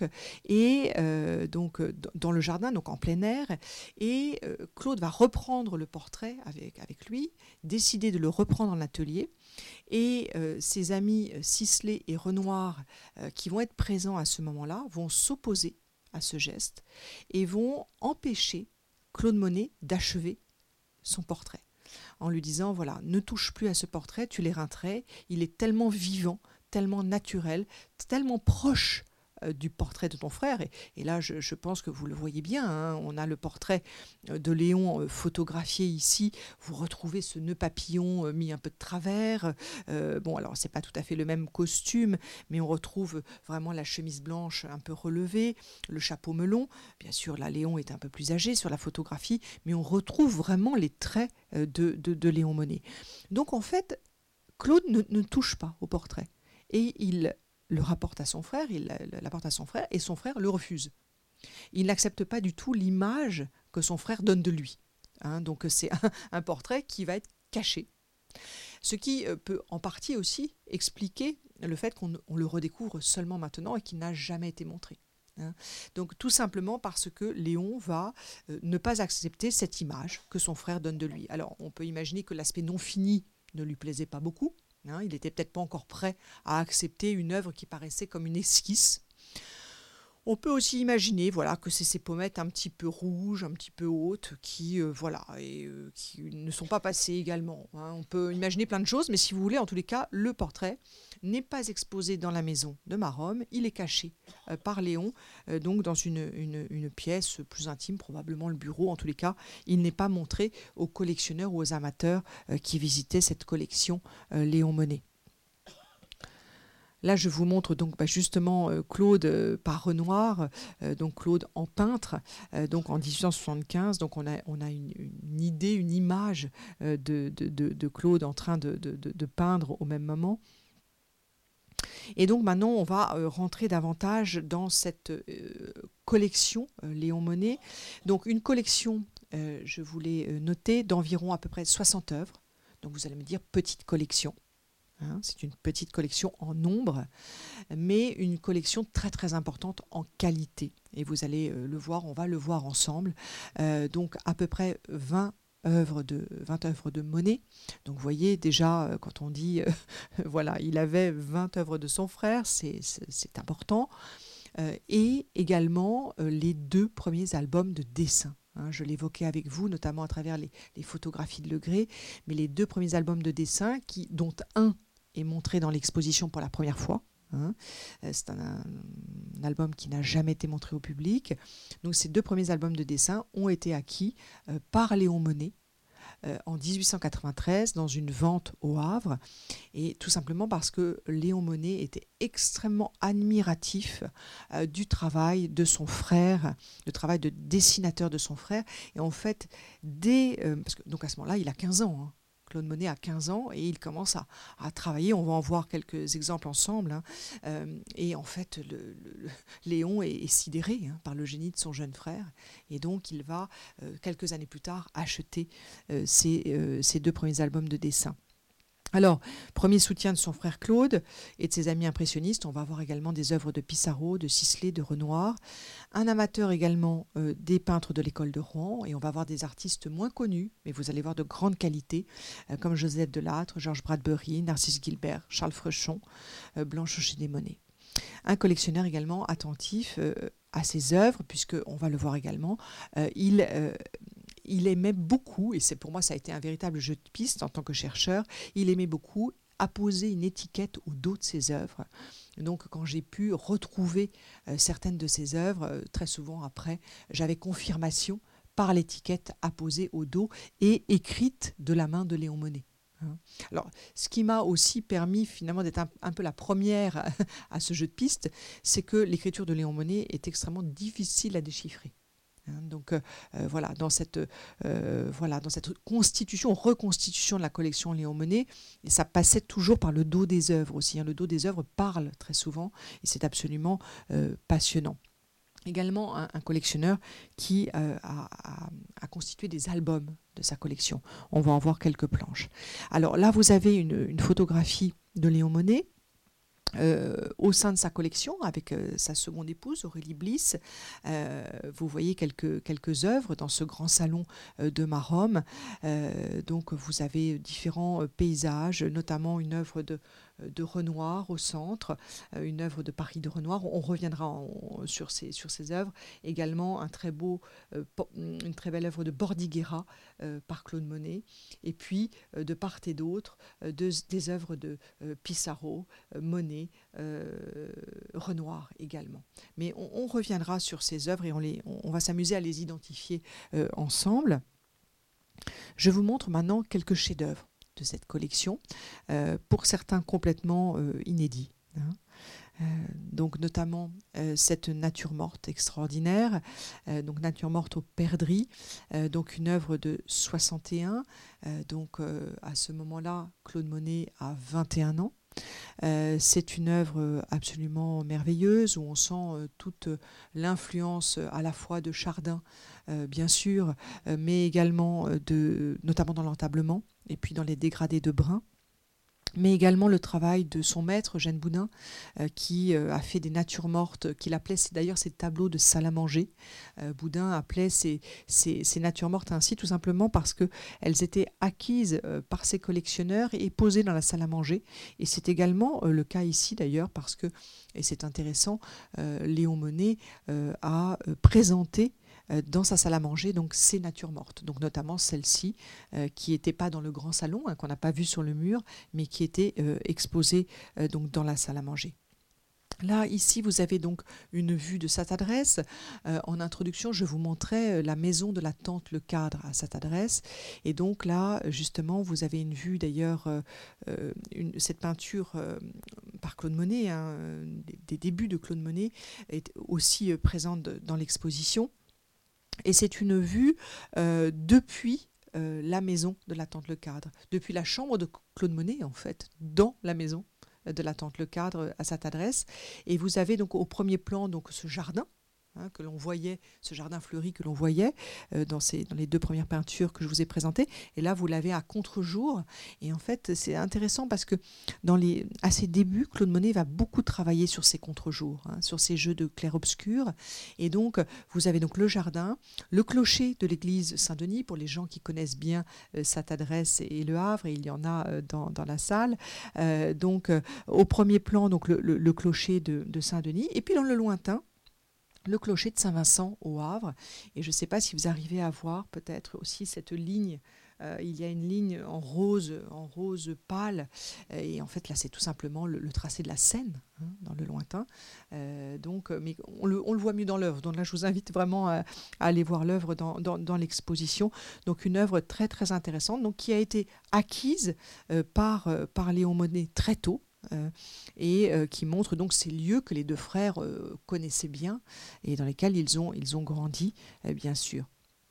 dans le jardin, donc en plein air, et Claude va reprendre le portrait avec lui, décider de le reprendre en atelier, et ses amis Sisley et Renoir, qui vont être présents à ce moment-là, vont s'opposer à ce geste et vont empêcher Claude Monet d'achever son portrait, en lui disant, voilà, ne touche plus à ce portrait, tu l'éreinterais, il est tellement vivant, tellement naturel, tellement proche du portrait de ton frère. Et là, je pense que vous le voyez bien, hein, on a le portrait de Léon photographié ici, vous retrouvez ce nœud papillon mis un peu de travers. Alors, c'est pas tout à fait le même costume, mais on retrouve vraiment la chemise blanche un peu relevée, le chapeau melon. Bien sûr, là, Léon est un peu plus âgé sur la photographie, mais on retrouve vraiment les traits de Léon Monet. Donc, en fait, Claude ne touche pas au portrait. Et il le rapporte à son frère, il l'apporte à son frère, et son frère le refuse. Il n'accepte pas du tout l'image que son frère donne de lui. Hein, donc c'est un portrait qui va être caché. Ce qui peut en partie aussi expliquer le fait qu'on le redécouvre seulement maintenant et qu'il n'a jamais été montré. Hein. Donc tout simplement parce que Léon va ne pas accepter cette image que son frère donne de lui. Alors on peut imaginer que l'aspect non fini ne lui plaisait pas beaucoup. Hein, il n'était peut-être pas encore prêt à accepter une œuvre qui paraissait comme une esquisse. On peut aussi imaginer, voilà, que c'est ces pommettes un petit peu rouges, un petit peu hautes, qui ne sont pas passées également. Hein. On peut imaginer plein de choses, mais si vous voulez, en tous les cas, le portrait n'est pas exposé dans la maison de Marhomme, il est caché par Léon, donc dans une pièce plus intime, probablement le bureau. En tous les cas, il n'est pas montré aux collectionneurs ou aux amateurs qui visitaient cette collection Léon Monet. Là, je vous montre donc justement Claude par Renoir, donc Claude en peintre, donc en 1875. Donc on a une idée, une image de Claude en train de peindre au même moment. Et donc maintenant, on va rentrer davantage dans cette collection Léon Monet. Donc une collection, je voulais noter, d'environ à peu près 60 œuvres. Donc vous allez me dire petite collection. Hein, c'est une petite collection en nombre, mais une collection très très importante en qualité. Et vous allez le voir, on va le voir ensemble. Donc à peu près 20 œuvres de Monet. Donc vous voyez déjà, quand on dit, voilà, il avait 20 œuvres de son frère, c'est important. Et également les 2 premiers albums de dessin. Hein, je l'évoquais avec vous, notamment à travers les photographies de Legré, mais les 2 premiers albums de dessin, dont un est montré dans l'exposition pour la première fois. Hein. C'est un album qui n'a jamais été montré au public. Donc ces 2 premiers albums de dessin ont été acquis par Léon Monet en 1893 dans une vente au Havre, et tout simplement parce que Léon Monet était extrêmement admiratif du travail de son frère, le travail de dessinateur de son frère. Et en fait, parce que donc à ce moment-là, il a 15 ans, hein. Claude Monet a 15 ans et il commence à travailler. On va en voir quelques exemples ensemble. Hein. Et en fait, Léon est sidéré par le génie de son jeune frère. Et donc, il va, quelques années plus tard, acheter ces 2 premiers albums de dessin. Alors, premier soutien de son frère Claude et de ses amis impressionnistes. On va voir également des œuvres de Pissarro, de Sisley, de Renoir. Un amateur également des peintres de l'école de Rouen. Et on va voir des artistes moins connus, mais vous allez voir de grande qualité, comme Joseph Delattre, Georges Bradbury, Narcisse Gilbert, Charles Frechon, Blanche Auger des Monet. un collectionneur également attentif à ses œuvres, puisqu'on va le voir également, il aimait beaucoup, et c'est pour moi ça a été un véritable jeu de piste en tant que chercheur, il aimait beaucoup apposer une étiquette au dos de ses œuvres. Donc quand j'ai pu retrouver certaines de ses œuvres, très souvent après, j'avais confirmation par l'étiquette apposée au dos et écrite de la main de Léon Monnet. Alors, ce qui m'a aussi permis finalement d'être un peu la première à ce jeu de piste, c'est que l'écriture de Léon Monnet est extrêmement difficile à déchiffrer. Donc voilà, dans cette reconstitution de la collection Léon Monnet, et ça passait toujours par le dos des œuvres aussi. Le dos des œuvres parle très souvent et c'est absolument passionnant. Également un collectionneur qui a constitué des albums de sa collection. On va en voir quelques planches. Alors là, vous avez une photographie de Léon Monnet au sein de sa collection avec sa seconde épouse Aurélie Bliss. Vous voyez quelques œuvres dans ce grand salon de Maromme. Donc vous avez différents paysages, notamment une œuvre de Renoir au centre, une œuvre de Paris de Renoir. On reviendra sur ces œuvres. Également une très belle œuvre de Bordighera par Claude Monet. Et puis de part et d'autre des œuvres de Pissarro, Monet, Renoir également. Mais on reviendra sur ces œuvres et on va s'amuser à les identifier ensemble. Je vous montre maintenant quelques chefs-d'œuvre de cette collection, pour certains complètement inédits. Donc notamment cette nature morte extraordinaire, donc nature morte au Perdrix, donc une œuvre de 61, donc à ce moment-là Claude Monet a 21 ans. C'est une œuvre absolument merveilleuse où on sent toute l'influence à la fois de Chardin, bien sûr, mais également notamment dans l'entablement et puis dans les dégradés de Brun, mais également le travail de son maître, Eugène Boudin, qui a fait des natures mortes, qu'il appelait d'ailleurs ses tableaux de salle à manger. Boudin appelait ces natures mortes ainsi tout simplement parce qu'elles étaient acquises par ses collectionneurs et posées dans la salle à manger. Et c'est également le cas ici d'ailleurs parce que, et c'est intéressant, Léon Monnet a présenté dans sa salle à manger, donc ces natures mortes, donc notamment celle-ci qui n'était pas dans le grand salon, qu'on n'a pas vu sur le mur, mais qui était exposée donc dans la salle à manger. Là, ici, vous avez donc une vue de cette adresse. En introduction, je vous montrais la maison de la tante Le Cadre à cette adresse. Et donc là, justement, vous avez une vue d'ailleurs, cette peinture par Claude Monet, des débuts de Claude Monet, est aussi présente dans l'exposition. Et c'est une vue depuis la maison de la tante Le Cadre, depuis la chambre de Claude Monet, en fait, dans la maison de la tante Le Cadre à cette adresse. Et vous avez donc au premier plan donc, ce jardin que l'on voyait, ce jardin fleuri que l'on voyait dans les deux premières peintures que je vous ai présentées. Et là, vous l'avez à contre-jour. Et en fait, c'est intéressant parce que à ses débuts, Claude Monet va beaucoup travailler sur ses contre-jours, sur ses jeux de clair-obscur. Et donc, vous avez donc le jardin, le clocher de l'église Saint-Denis, pour les gens qui connaissent bien cette adresse et Le Havre, et il y en a dans la salle. Donc, au premier plan, donc, le clocher de Saint-Denis. Et puis, dans le lointain, le clocher de Saint-Vincent au Havre. Et je ne sais pas si vous arrivez à voir peut-être aussi cette ligne. Il y a une ligne en rose pâle. Et en fait, là, c'est tout simplement le tracé de la Seine dans le lointain. Mais on le voit mieux dans l'œuvre. Donc là, je vous invite vraiment à aller voir l'œuvre dans l'exposition. Donc une œuvre très, très intéressante, donc, qui a été acquise par Léon Monnet très tôt. Et qui montre donc ces lieux que les deux frères connaissaient bien et dans lesquels ils ont grandi, bien sûr.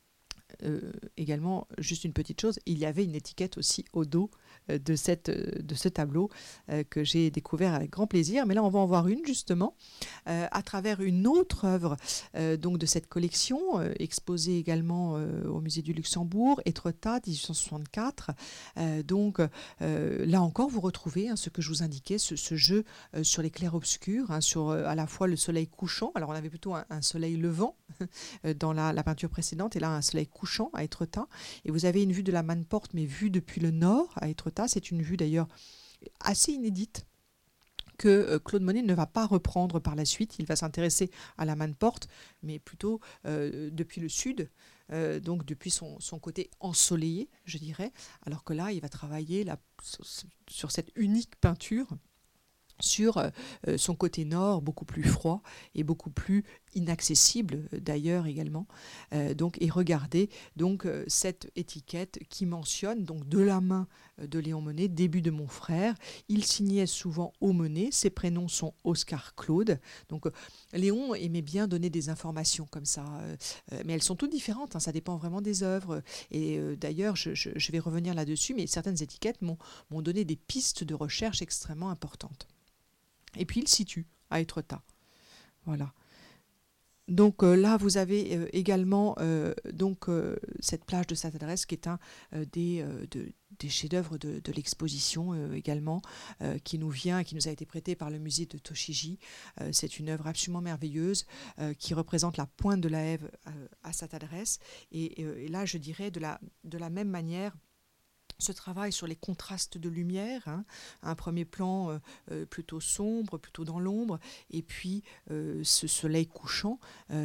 Également, juste une petite chose, il y avait une étiquette aussi au dos de ce tableau que j'ai découvert avec grand plaisir. Mais là, on va en voir une justement à travers une autre œuvre donc de cette collection, exposée également au musée du Luxembourg, Étretat, 1864. Donc là encore, vous retrouvez ce que je vous indiquais, ce jeu sur les clairs-obscurs, sur à la fois le soleil couchant. Alors on avait plutôt un soleil levant dans la peinture précédente, et là un soleil couchant à Étretat. Et vous avez une vue de la Manne-Porte, mais vue depuis le nord à Étretat. C'est une vue d'ailleurs assez inédite que Claude Monet ne va pas reprendre par la suite. Il va s'intéresser à la main-porte, mais plutôt depuis le sud, donc depuis son côté ensoleillé, je dirais, alors que là, il va travailler sur cette unique peinture, sur son côté nord, beaucoup plus froid et beaucoup plus inaccessible d'ailleurs également. Et regardez donc cette étiquette qui mentionne donc de la main de Léon Monet, début de mon frère. Il signait souvent au Monet, ses prénoms sont Oscar Claude. Donc Léon aimait bien donner des informations comme ça, mais elles sont toutes différentes, hein, ça dépend vraiment des œuvres. Et d'ailleurs, je vais revenir là-dessus, mais certaines étiquettes m'ont donné des pistes de recherche extrêmement importantes. Et puis il situe à Étretat. Voilà. Donc là, vous avez également cette plage de Sainte-Adresse qui est un des chefs-d'œuvre de l'exposition également, qui nous a été prêté par le musée de Tochigi. C'est une œuvre absolument merveilleuse qui représente la pointe de la Hève à Sainte-Adresse. Et là, je dirais de la même manière, ce travail sur les contrastes de lumière, hein, un premier plan plutôt sombre, plutôt dans l'ombre, et puis ce soleil couchant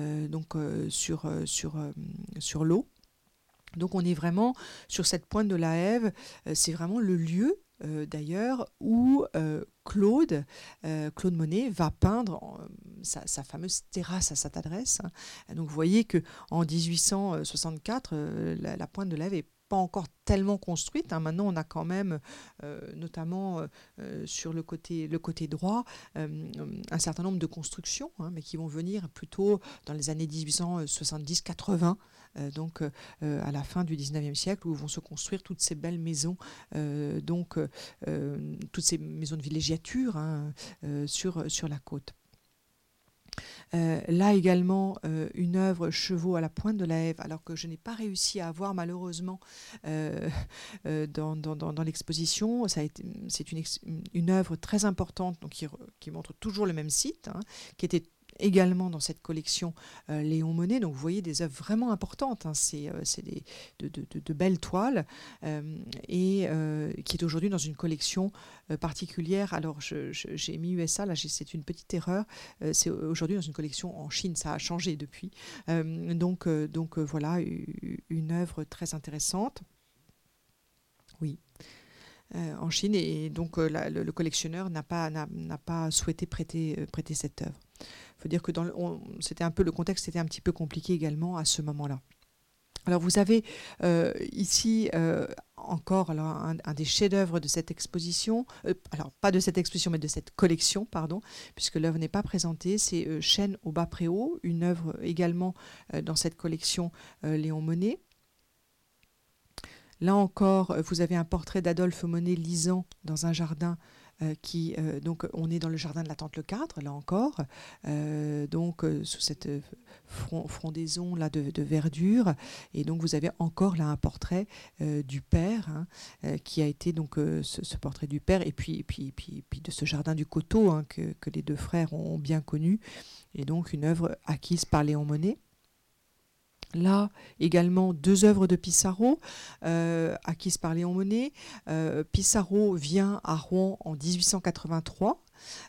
sur l'eau. Donc on est vraiment sur cette pointe de la Hève, c'est vraiment le lieu d'ailleurs où Claude Monet va peindre sa fameuse terrasse à Sainte-Adresse. Hein. Donc vous voyez qu'en 1864, la pointe de la Hève est pas encore tellement construite. Hein. Maintenant, on a quand même, notamment sur le côté droit, un certain nombre de constructions, hein, mais qui vont venir plutôt dans les années 1870-80, à la fin du 19e siècle, où vont se construire toutes ces belles maisons, toutes ces maisons de villégiature, hein, sur la côte. Là également, une œuvre Chevaux à la pointe de la Hève, alors que je n'ai pas réussi à avoir malheureusement dans l'exposition. C'est une œuvre très importante, donc qui montre toujours le même site, hein, qui était également dans cette collection Léon Monet. Donc vous voyez des œuvres vraiment importantes, hein. C'est de belles toiles qui est aujourd'hui dans une collection particulière. Alors j'ai mis USA, là c'est une petite erreur, c'est aujourd'hui dans une collection en Chine, ça a changé depuis. Voilà, une œuvre très intéressante. Oui. En Chine, et donc le collectionneur n'a pas souhaité prêter cette œuvre. Il faut dire que le contexte était un petit peu compliqué également à ce moment-là. Alors vous avez ici encore un des chefs-d'œuvre de cette exposition, alors pas de cette exposition mais de cette collection, pardon, puisque l'œuvre n'est pas présentée, c'est Chêne au bas préau, une œuvre également dans cette collection Léon Monet. Là encore, vous avez un portrait d'Adolphe Monet lisant dans un jardin donc on est dans le jardin de la Tante Lecadre, là encore, sous cette frondaison là de verdure, et donc vous avez encore là un portrait du père, hein, qui a été donc ce portrait du père, et puis de ce jardin du Coteau, hein, que les deux frères ont bien connu, et donc une œuvre acquise par Léon Monet. Là, également, deux œuvres de Pissarro, acquises par Léon Monet. Pissarro vient à Rouen en 1883.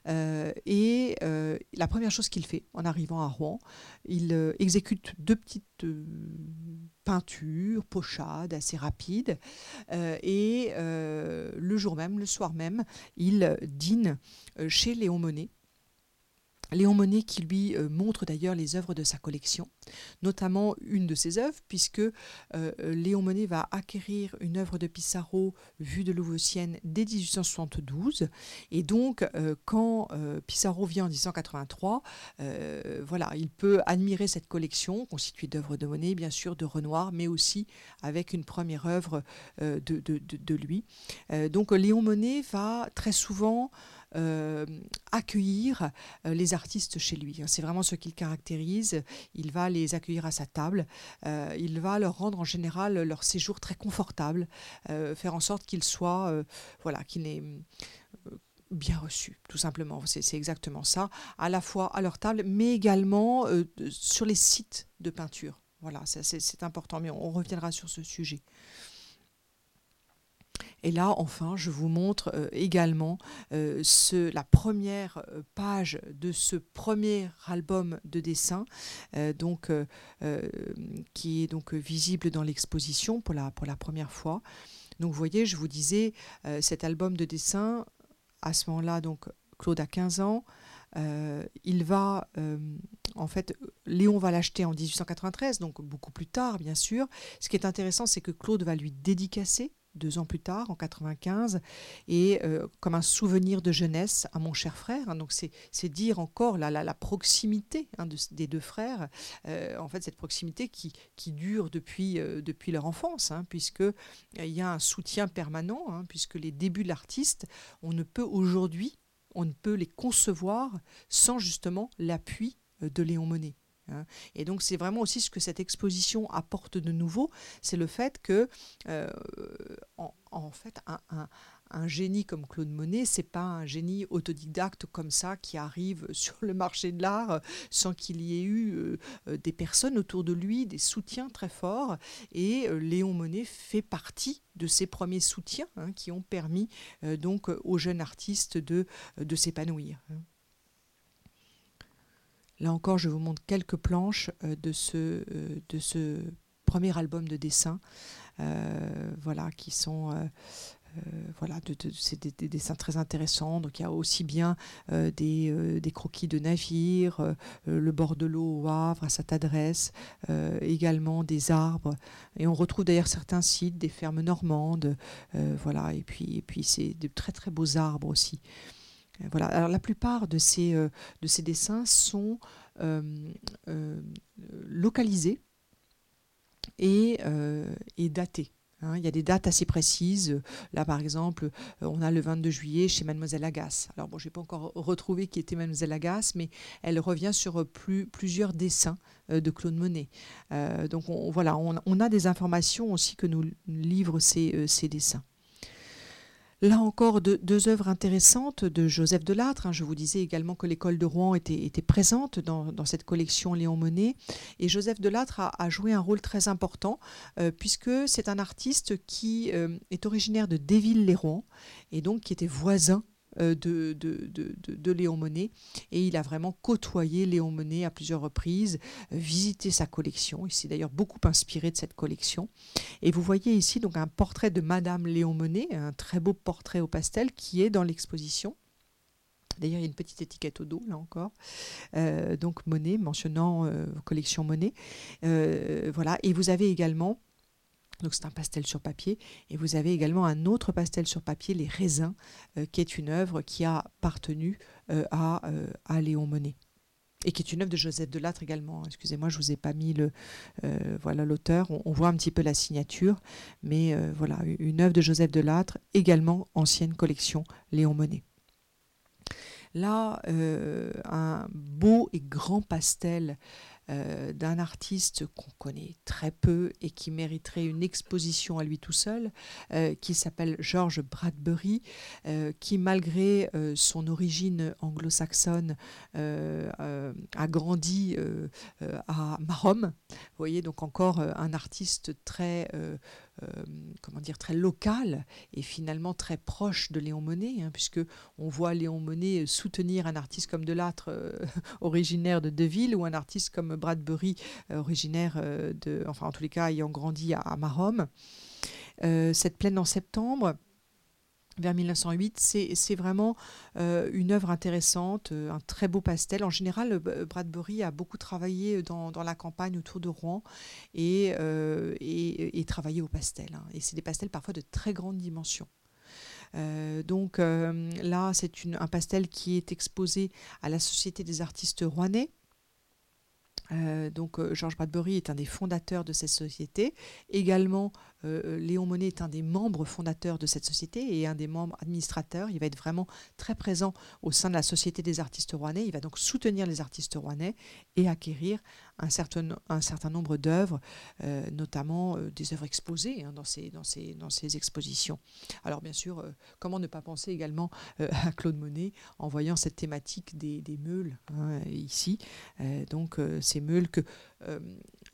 La première chose qu'il fait en arrivant à Rouen, il exécute deux petites peintures, pochades assez rapides. Le soir même, il dîne chez Léon Monet. Léon Monet qui lui montre d'ailleurs les œuvres de sa collection, notamment une de ses œuvres, puisque Léon Monet va acquérir une œuvre de Pissarro vue de Louveciennes dès 1872. Et donc, quand Pissarro vient en 1883, il peut admirer cette collection constituée d'œuvres de Monet, bien sûr, de Renoir, mais aussi avec une première œuvre de lui. Donc Léon Monet va très souvent accueillir les artistes chez lui. C'est vraiment ce qu'il caractérise. Il va les accueillir à sa table. Il va leur rendre en général leur séjour très confortable, faire en sorte qu'ils soient, qu'il est bien reçu, tout simplement. C'est exactement ça, à la fois à leur table, mais également sur les sites de peinture. Voilà, c'est important, mais on reviendra sur ce sujet. Et là, enfin, je vous montre également la première page de ce premier album de dessin, qui est donc visible dans l'exposition pour la première fois. Donc, vous voyez, je vous disais, cet album de dessin, à ce moment-là, donc Claude a 15 ans. En fait, Léon va l'acheter en 1893, donc beaucoup plus tard, bien sûr. Ce qui est intéressant, c'est que Claude va lui dédicacer 2 ans plus tard, en 95, et comme un souvenir de jeunesse à mon cher frère. Hein, donc c'est dire encore la proximité des 2 frères. En fait, cette proximité qui dure depuis leur enfance, hein, puisque il y a un soutien permanent, hein, puisque les débuts de l'artiste, on ne peut les concevoir sans justement l'appui de Léon Monnet. Hein. Et donc c'est vraiment aussi ce que cette exposition apporte de nouveau, c'est le fait que en fait un génie comme Claude Monet, c'est pas un génie autodidacte comme ça qui arrive sur le marché de l'art sans qu'il y ait eu des personnes autour de lui, des soutiens très forts. Et Léon Monnet fait partie de ces premiers soutiens, hein, qui ont permis donc aux jeunes artistes de s'épanouir. Là encore, je vous montre quelques planches de ce premier album de dessin, voilà, qui sont voilà, c'est des dessins très intéressants. Donc il y a aussi bien des croquis de navires, le bord de l'eau au Havre, à cette adresse, également des arbres. Et on retrouve d'ailleurs certains sites, des fermes normandes, voilà. Et puis c'est de très très beaux arbres aussi. Voilà. Alors la plupart de ces dessins sont localisés et datés. Hein, il y a des dates assez précises. Là, par exemple, on a le 22 juillet chez Mademoiselle Agasse. Alors, bon, je n'ai pas encore retrouvé qui était Mademoiselle Agasse, mais elle revient sur plusieurs dessins de Claude Monet. Donc, voilà, on a des informations aussi que nous livrent ces dessins. Là encore, 2 œuvres intéressantes de Joseph Delattre. Hein. Je vous disais également que l'école de Rouen était présente dans cette collection Léon Monnet. Et Joseph Delattre a joué un rôle très important, puisque c'est un artiste qui est originaire de Déville-lès-Rouen et donc qui était voisin de Léon Monnet. Et il a vraiment côtoyé Léon Monnet à plusieurs reprises, visité sa collection. Il s'est d'ailleurs beaucoup inspiré de cette collection. Et vous voyez ici donc un portrait de Madame Léon Monnet, un très beau portrait au pastel qui est dans l'exposition. D'ailleurs, il y a une petite étiquette au dos, là encore. Donc Monet, mentionnant collection Monet. Voilà. Et vous avez également, donc c'est un pastel sur papier, et vous avez également un autre pastel sur papier, Les Raisins, qui est une œuvre qui a appartenu à Léon Monnet. Et qui est une œuvre de Joseph Delattre également. Excusez-moi, je ne vous ai pas mis voilà, l'auteur. On voit un petit peu la signature, mais voilà, une œuvre de Joseph Delattre, également ancienne collection Léon Monnet. Là, un beau et grand pastel d'un artiste qu'on connaît très peu et qui mériterait une exposition à lui tout seul, qui s'appelle George Bradbury, qui malgré son origine anglo-saxonne a grandi à Maromme. Vous voyez, donc encore un artiste très très local et finalement très proche de Léon Monnet, hein, puisque on voit Léon Monnet soutenir un artiste comme Delattre originaire de Deville, ou un artiste comme Bradbury originaire en tous les cas ayant grandi à Maromme. Cette plaine en septembre, vers 1908, c'est vraiment une œuvre intéressante, un très beau pastel. En général, Bradbury a beaucoup travaillé dans la campagne autour de Rouen et travaillé au pastel. Hein. Et c'est des pastels parfois de très grande dimension. Là, c'est un pastel qui est exposé à la Société des artistes rouennais. George Bradbury est un des fondateurs de cette société. Également, Léon Monnet est un des membres fondateurs de cette société et un des membres administrateurs. Il va être vraiment très présent au sein de la Société des artistes rouennais. Il va donc soutenir les artistes rouennais et acquérir un certain nombre d'œuvres, notamment des œuvres exposées, hein, dans ces expositions. Alors bien sûr, comment ne pas penser également à Claude Monet en voyant cette thématique des meules, hein, ici. Ces meules que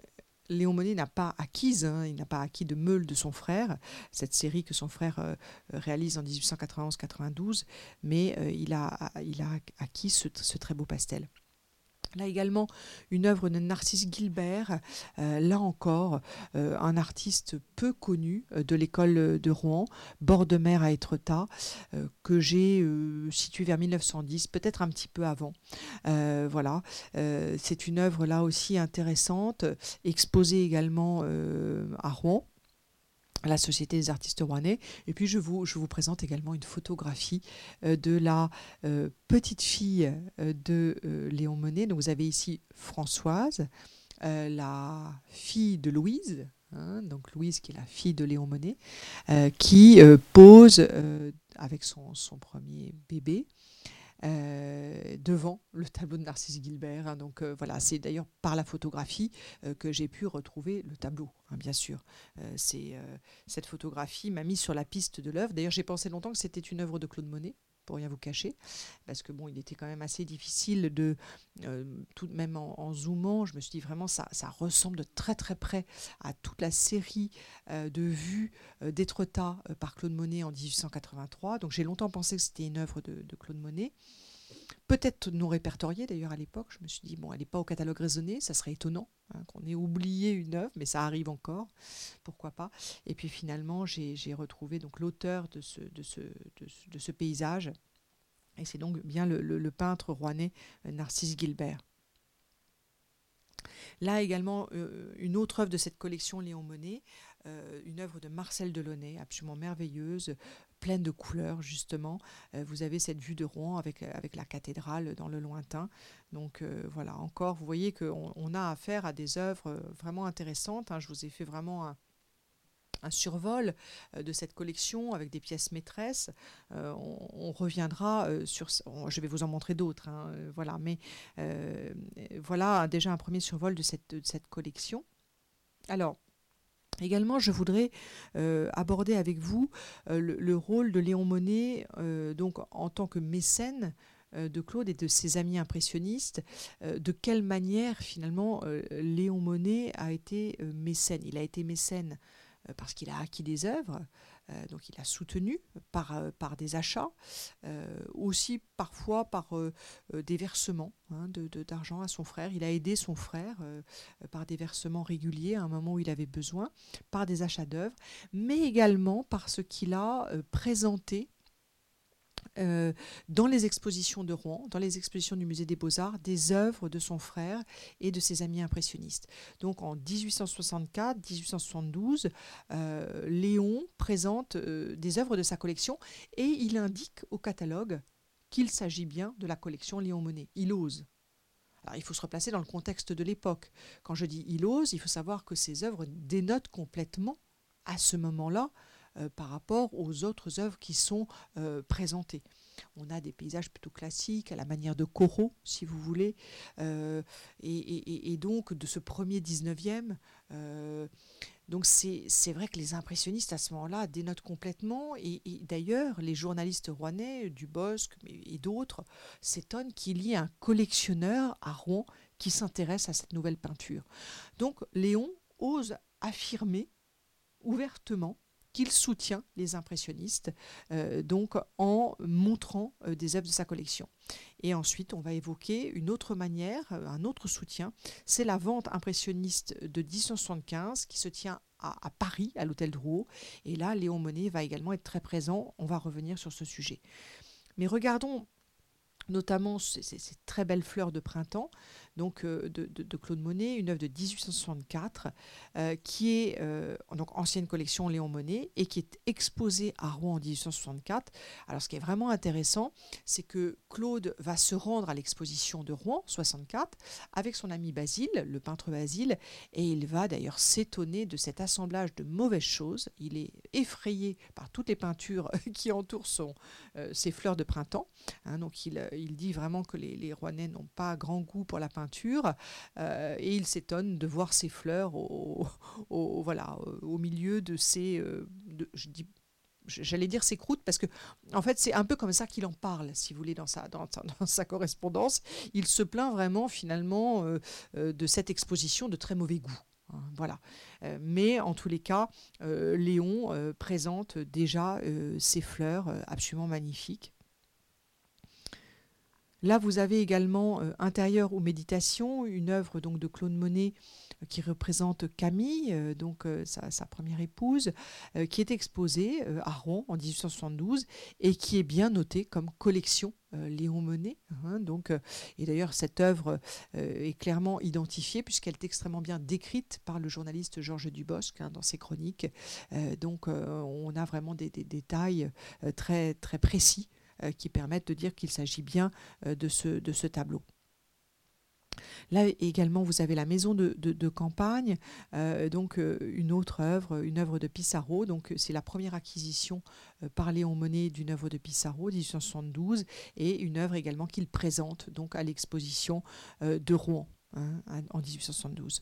Léon Monnet n'a pas acquise, il n'a pas acquis de meule de son frère, cette série que son frère réalise en 1891-92, mais il a acquis ce très beau pastel. Là également, une œuvre de Narcisse Guilbert, là encore, un artiste peu connu de l'école de Rouen, bord de mer à Étretat, que j'ai situé vers 1910, peut-être un petit peu avant. Voilà, c'est une œuvre là aussi intéressante, exposée également à Rouen, à la Société des artistes rouennais. Et puis je vous présente également une photographie de la petite fille de Léon Monnet. Donc vous avez ici Françoise, la fille de Louise, donc Louise qui est la fille de Léon Monnet, qui pose avec son premier bébé. Devant le tableau de Narcisse Guilbert. Donc voilà, c'est d'ailleurs par la photographie que j'ai pu retrouver le tableau, bien sûr. Cette photographie m'a mis sur la piste de l'œuvre. D'ailleurs, j'ai pensé longtemps que c'était une œuvre de Claude Monet, pour rien vous cacher, parce que bon, il était quand même assez difficile de, tout de même en zoomant, je me suis dit vraiment ça ressemble de très très près à toute la série de vues d'Étretat par Claude Monet en 1883. Donc j'ai longtemps pensé que c'était une œuvre de Claude Monet. Peut-être non répertoriée d'ailleurs à l'époque. Je me suis dit, bon, elle n'est pas au catalogue raisonné, ça serait étonnant qu'on ait oublié une œuvre, mais ça arrive encore, pourquoi pas. Et puis finalement, j'ai retrouvé donc l'auteur de ce paysage, et c'est donc bien le peintre rouennais Narcisse Guilbert. Là également, une autre œuvre de cette collection Léon Monnet, une œuvre de Marcel Delaunay, absolument merveilleuse, pleine de couleurs justement. Vous avez cette vue de Rouen avec la cathédrale dans le lointain. Donc voilà, encore, vous voyez qu'on a affaire à des œuvres vraiment intéressantes. Je vous ai fait vraiment un survol de cette collection avec des pièces maîtresses. On reviendra sur... je vais vous en montrer d'autres, voilà, mais voilà déjà un premier survol de cette collection. Alors, également, je voudrais aborder avec vous le rôle de Léon Monnet donc, en tant que mécène de Claude et de ses amis impressionnistes. De quelle manière, finalement, Léon Monnet a été mécène. Il a été mécène parce qu'il a acquis des œuvres, donc il a soutenu par des achats, aussi parfois par des versements d'argent à son frère. Il a aidé son frère par des versements réguliers à un moment où il avait besoin, par des achats d'œuvres, mais également parce qu'il a présenté dans les expositions de Rouen, dans les expositions du Musée des Beaux-Arts, des œuvres de son frère et de ses amis impressionnistes. Donc en 1864-1872, Léon présente des œuvres de sa collection et il indique au catalogue qu'il s'agit bien de la collection Léon Monnet. Il ose. Alors, il faut se replacer dans le contexte de l'époque. Quand je dis il ose, il faut savoir que ces œuvres dénotent complètement, à ce moment-là, par rapport aux autres œuvres qui sont présentées. On a des paysages plutôt classiques, à la manière de Corot, si vous voulez, et donc de ce premier 19e. Donc c'est vrai que les impressionnistes, à ce moment-là, dénotent complètement, et d'ailleurs, les journalistes rouennais, Dubosc et d'autres, s'étonnent qu'il y ait un collectionneur à Rouen qui s'intéresse à cette nouvelle peinture. Donc Léon ose affirmer ouvertement qu'il soutient les impressionnistes donc en montrant des œuvres de sa collection. Et ensuite, on va évoquer une autre manière, un autre soutien, c'est la vente impressionniste de 1875 qui se tient à Paris, à l'hôtel Drouot. Et là, Léon Monnet va également être très présent, on va revenir sur ce sujet. Mais regardons notamment ces très belles fleurs de printemps, donc de Claude Monet, une œuvre de 1864, qui est donc ancienne collection Léon Monnet et qui est exposée à Rouen en 1864. Alors ce qui est vraiment intéressant, c'est que Claude va se rendre à l'exposition de Rouen 64 avec son ami Basile, le peintre Basile, et il va d'ailleurs s'étonner de cet assemblage de mauvaises choses. Il est effrayé par toutes les peintures qui entourent ces fleurs de printemps. Donc il dit vraiment que les Rouennais n'ont pas grand goût pour la peinture, et il s'étonne de voir ces fleurs au milieu de ces... j'allais dire ses croûtes, parce que en fait c'est un peu comme ça qu'il en parle, si vous voulez, dans sa correspondance. Il se plaint vraiment finalement de cette exposition de très mauvais goût. hein, voilà. Mais en tous les cas, Léon présente déjà ces fleurs absolument magnifiques. Là, vous avez également Intérieur ou méditation, une œuvre donc de Claude Monet qui représente Camille, sa première épouse, qui est exposée à Rouen en 1872 et qui est bien notée comme collection Léon Monet. Hein, et d'ailleurs, cette œuvre est clairement identifiée puisqu'elle est extrêmement bien décrite par le journaliste Georges Dubosc dans ses chroniques. On a vraiment des détails très, très précis qui permettent de dire qu'il s'agit bien de ce tableau. Là également, vous avez la maison de campagne, une autre œuvre, une œuvre de Pissarro. Donc, c'est la première acquisition par Léon Monet d'une œuvre de Pissarro, 1872, et une œuvre également qu'il présente donc à l'exposition de Rouen en 1872.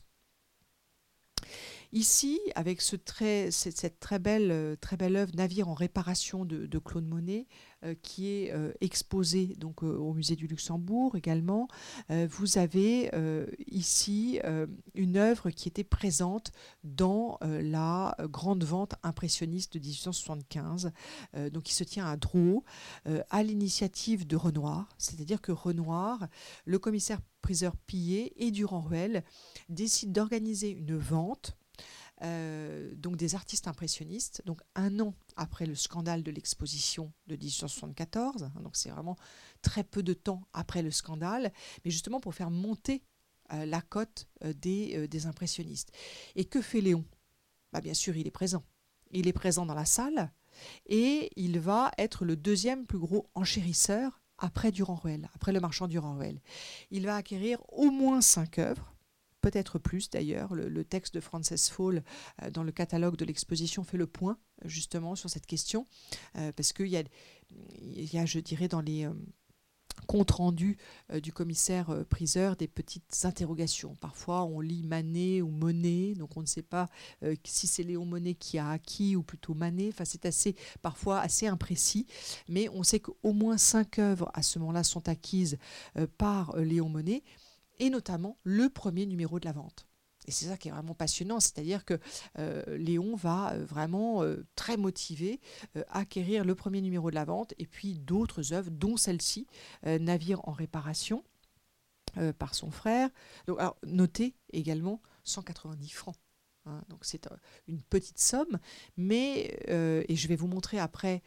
Ici, avec cette très belle œuvre Navire en réparation de Claude Monet, qui est exposée donc, au musée du Luxembourg également, vous avez ici une œuvre qui était présente dans la grande vente impressionniste de 1875, qui se tient à Drouot, à l'initiative de Renoir. C'est-à-dire que Renoir, le commissaire-priseur Pillet et Durand-Ruel décident d'organiser une vente donc des artistes impressionnistes, donc un an après le scandale de l'exposition de 1874, donc c'est vraiment très peu de temps après le scandale, mais justement pour faire monter la cote des impressionnistes. Et que fait Léon ? Bien sûr, il est présent. Il est présent dans la salle et il va être le deuxième plus gros enchérisseur après Durand-Ruel, après le marchand Durand-Ruel. Il va acquérir au moins 5 œuvres, peut-être plus d'ailleurs. Le texte de Frances Fall dans le catalogue de l'exposition fait le point justement sur cette question, parce qu'il y a, je dirais, dans les compte rendu du commissaire priseur des petites interrogations. Parfois on lit Manet ou Monet, donc on ne sait pas si c'est Léon Monet qui a acquis ou plutôt Manet. Enfin, c'est parfois assez imprécis, mais on sait qu'au moins 5 œuvres à ce moment-là sont acquises par Léon Monet, et notamment le premier numéro de la vente. Et c'est ça qui est vraiment passionnant, c'est-à-dire que Léon va vraiment très motivé acquérir le premier numéro de la vente et puis d'autres œuvres, dont celle-ci, Navire en réparation, par son frère. Donc, alors, notez également 190 francs. Hein, donc c'est une petite somme, mais, et je vais vous montrer après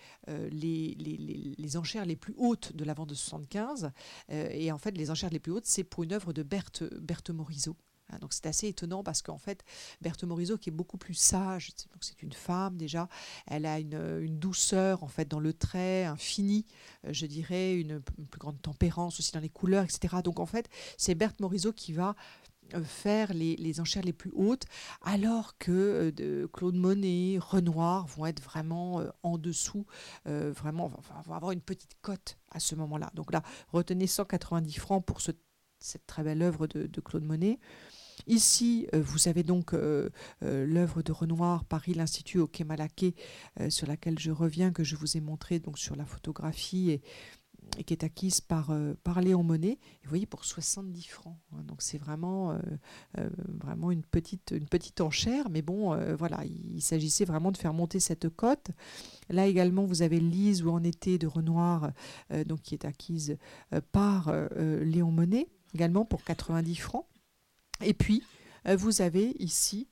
les enchères les plus hautes de la vente de 75, et en fait les enchères les plus hautes, c'est pour une œuvre de Berthe Morisot. Donc c'est assez étonnant parce qu'en fait, Berthe Morisot, qui est beaucoup plus sage, donc c'est une femme déjà, elle a une douceur en fait dans le trait, infinie, je dirais, une plus grande tempérance aussi dans les couleurs, etc. Donc en fait, c'est Berthe Morisot qui va faire les enchères les plus hautes, alors que Claude Monet, Renoir vont être vraiment en dessous, vraiment vont avoir une petite cote à ce moment-là. Donc là, retenez 190 francs pour cette très belle œuvre de Claude Monet. Ici, vous avez donc l'œuvre de Renoir, Paris, l'Institut au Quai Malaquais, sur laquelle je reviens, que je vous ai montré donc, sur la photographie et qui est acquise par Léon Monet. Et vous voyez, pour 70 francs. Hein, donc c'est vraiment une petite enchère. Mais bon, voilà, il s'agissait vraiment de faire monter cette cote. Là également, vous avez Lise ou En été de Renoir, donc qui est acquise par Léon Monet, également pour 90 francs. Et puis, vous avez ici,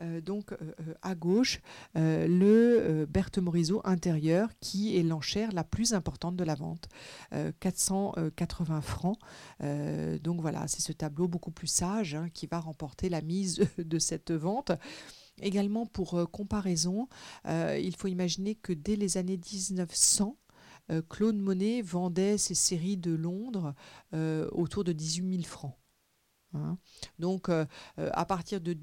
à gauche, le Berthe Morisot intérieur, qui est l'enchère la plus importante de la vente, 480 francs. Donc voilà, c'est ce tableau beaucoup plus sage qui va remporter la mise de cette vente. Également, pour comparaison, il faut imaginer que dès les années 1900, Claude Monet vendait ses séries de Londres autour de 18 000 francs. Hein. Donc, à partir de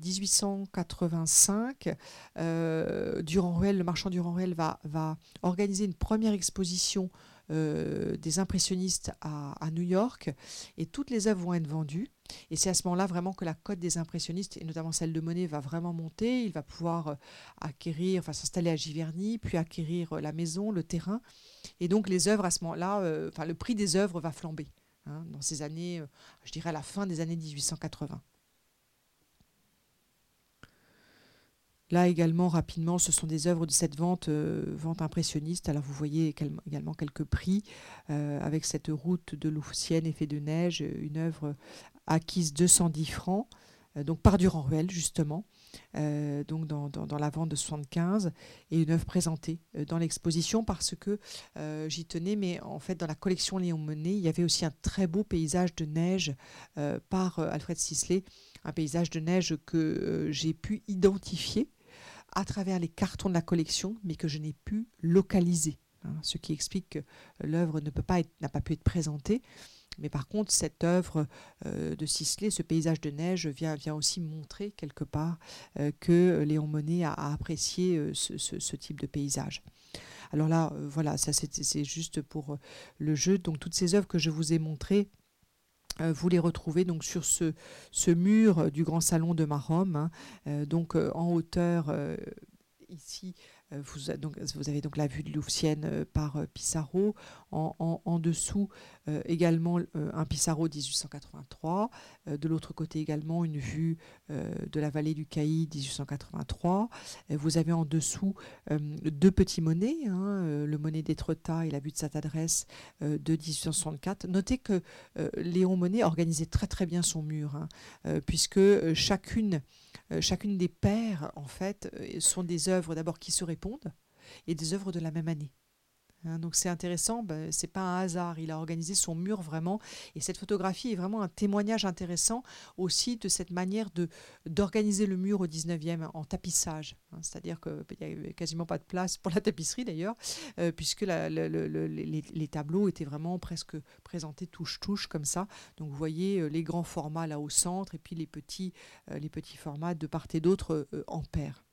1885, le marchand Durand-Ruel va organiser une première exposition des impressionnistes à New York, et toutes les œuvres vont être vendues. Et c'est à ce moment-là vraiment que la cote des impressionnistes, et notamment celle de Monet, va vraiment monter. Il va pouvoir s'installer à Giverny, puis acquérir la maison, le terrain. Et donc les œuvres à ce moment-là, le prix des œuvres va flamber. Hein, dans ces années, je dirais à la fin des années 1880. Là également, rapidement, ce sont des œuvres de cette vente impressionniste. Alors vous voyez également quelques prix avec cette route de Louvciennes, effet de neige, une œuvre acquise 210 francs, donc par Durand-Ruel justement, donc dans la vente de 75, et une œuvre présentée dans l'exposition parce que j'y tenais, mais en fait dans la collection Léon Monnet, il y avait aussi un très beau paysage de neige par Alfred Sisley, un paysage de neige que j'ai pu identifier à travers les cartons de la collection, mais que je n'ai pu localiser. Ce qui explique que l'œuvre n'a pas pu être présentée. Mais par contre, cette œuvre de Sisley, ce paysage de neige, vient aussi montrer quelque part que Léon Monnet a apprécié ce type de paysage. Alors là, voilà, ça c'est juste pour le jeu. Donc toutes ces œuvres que je vous ai montrées, vous les retrouvez donc sur ce mur du grand salon de Maromme, donc en hauteur ici. Vous avez donc la vue de Louvciennes par Pissarro. En dessous, également un Pissarro 1883. De l'autre côté également une vue de la vallée du Caï 1883. Vous avez en dessous deux petits monnets, le monnet d'Étretat et la vue de Sainte-Adresse de 1864. Notez que Léon Monnet organisait très très bien son mur, puisque chacune des paires, en fait, sont des œuvres d'abord qui se répondent et des œuvres de la même année. Donc c'est intéressant, c'est pas un hasard, il a organisé son mur vraiment, et cette photographie est vraiment un témoignage intéressant aussi de cette manière d'organiser le mur au 19e en tapissage, c'est-à-dire qu'il n'y avait quasiment pas de place pour la tapisserie d'ailleurs, puisque les tableaux étaient vraiment presque présentés touche-touche comme ça, donc vous voyez les grands formats là au centre, et puis les petits formats de part et d'autre en paire.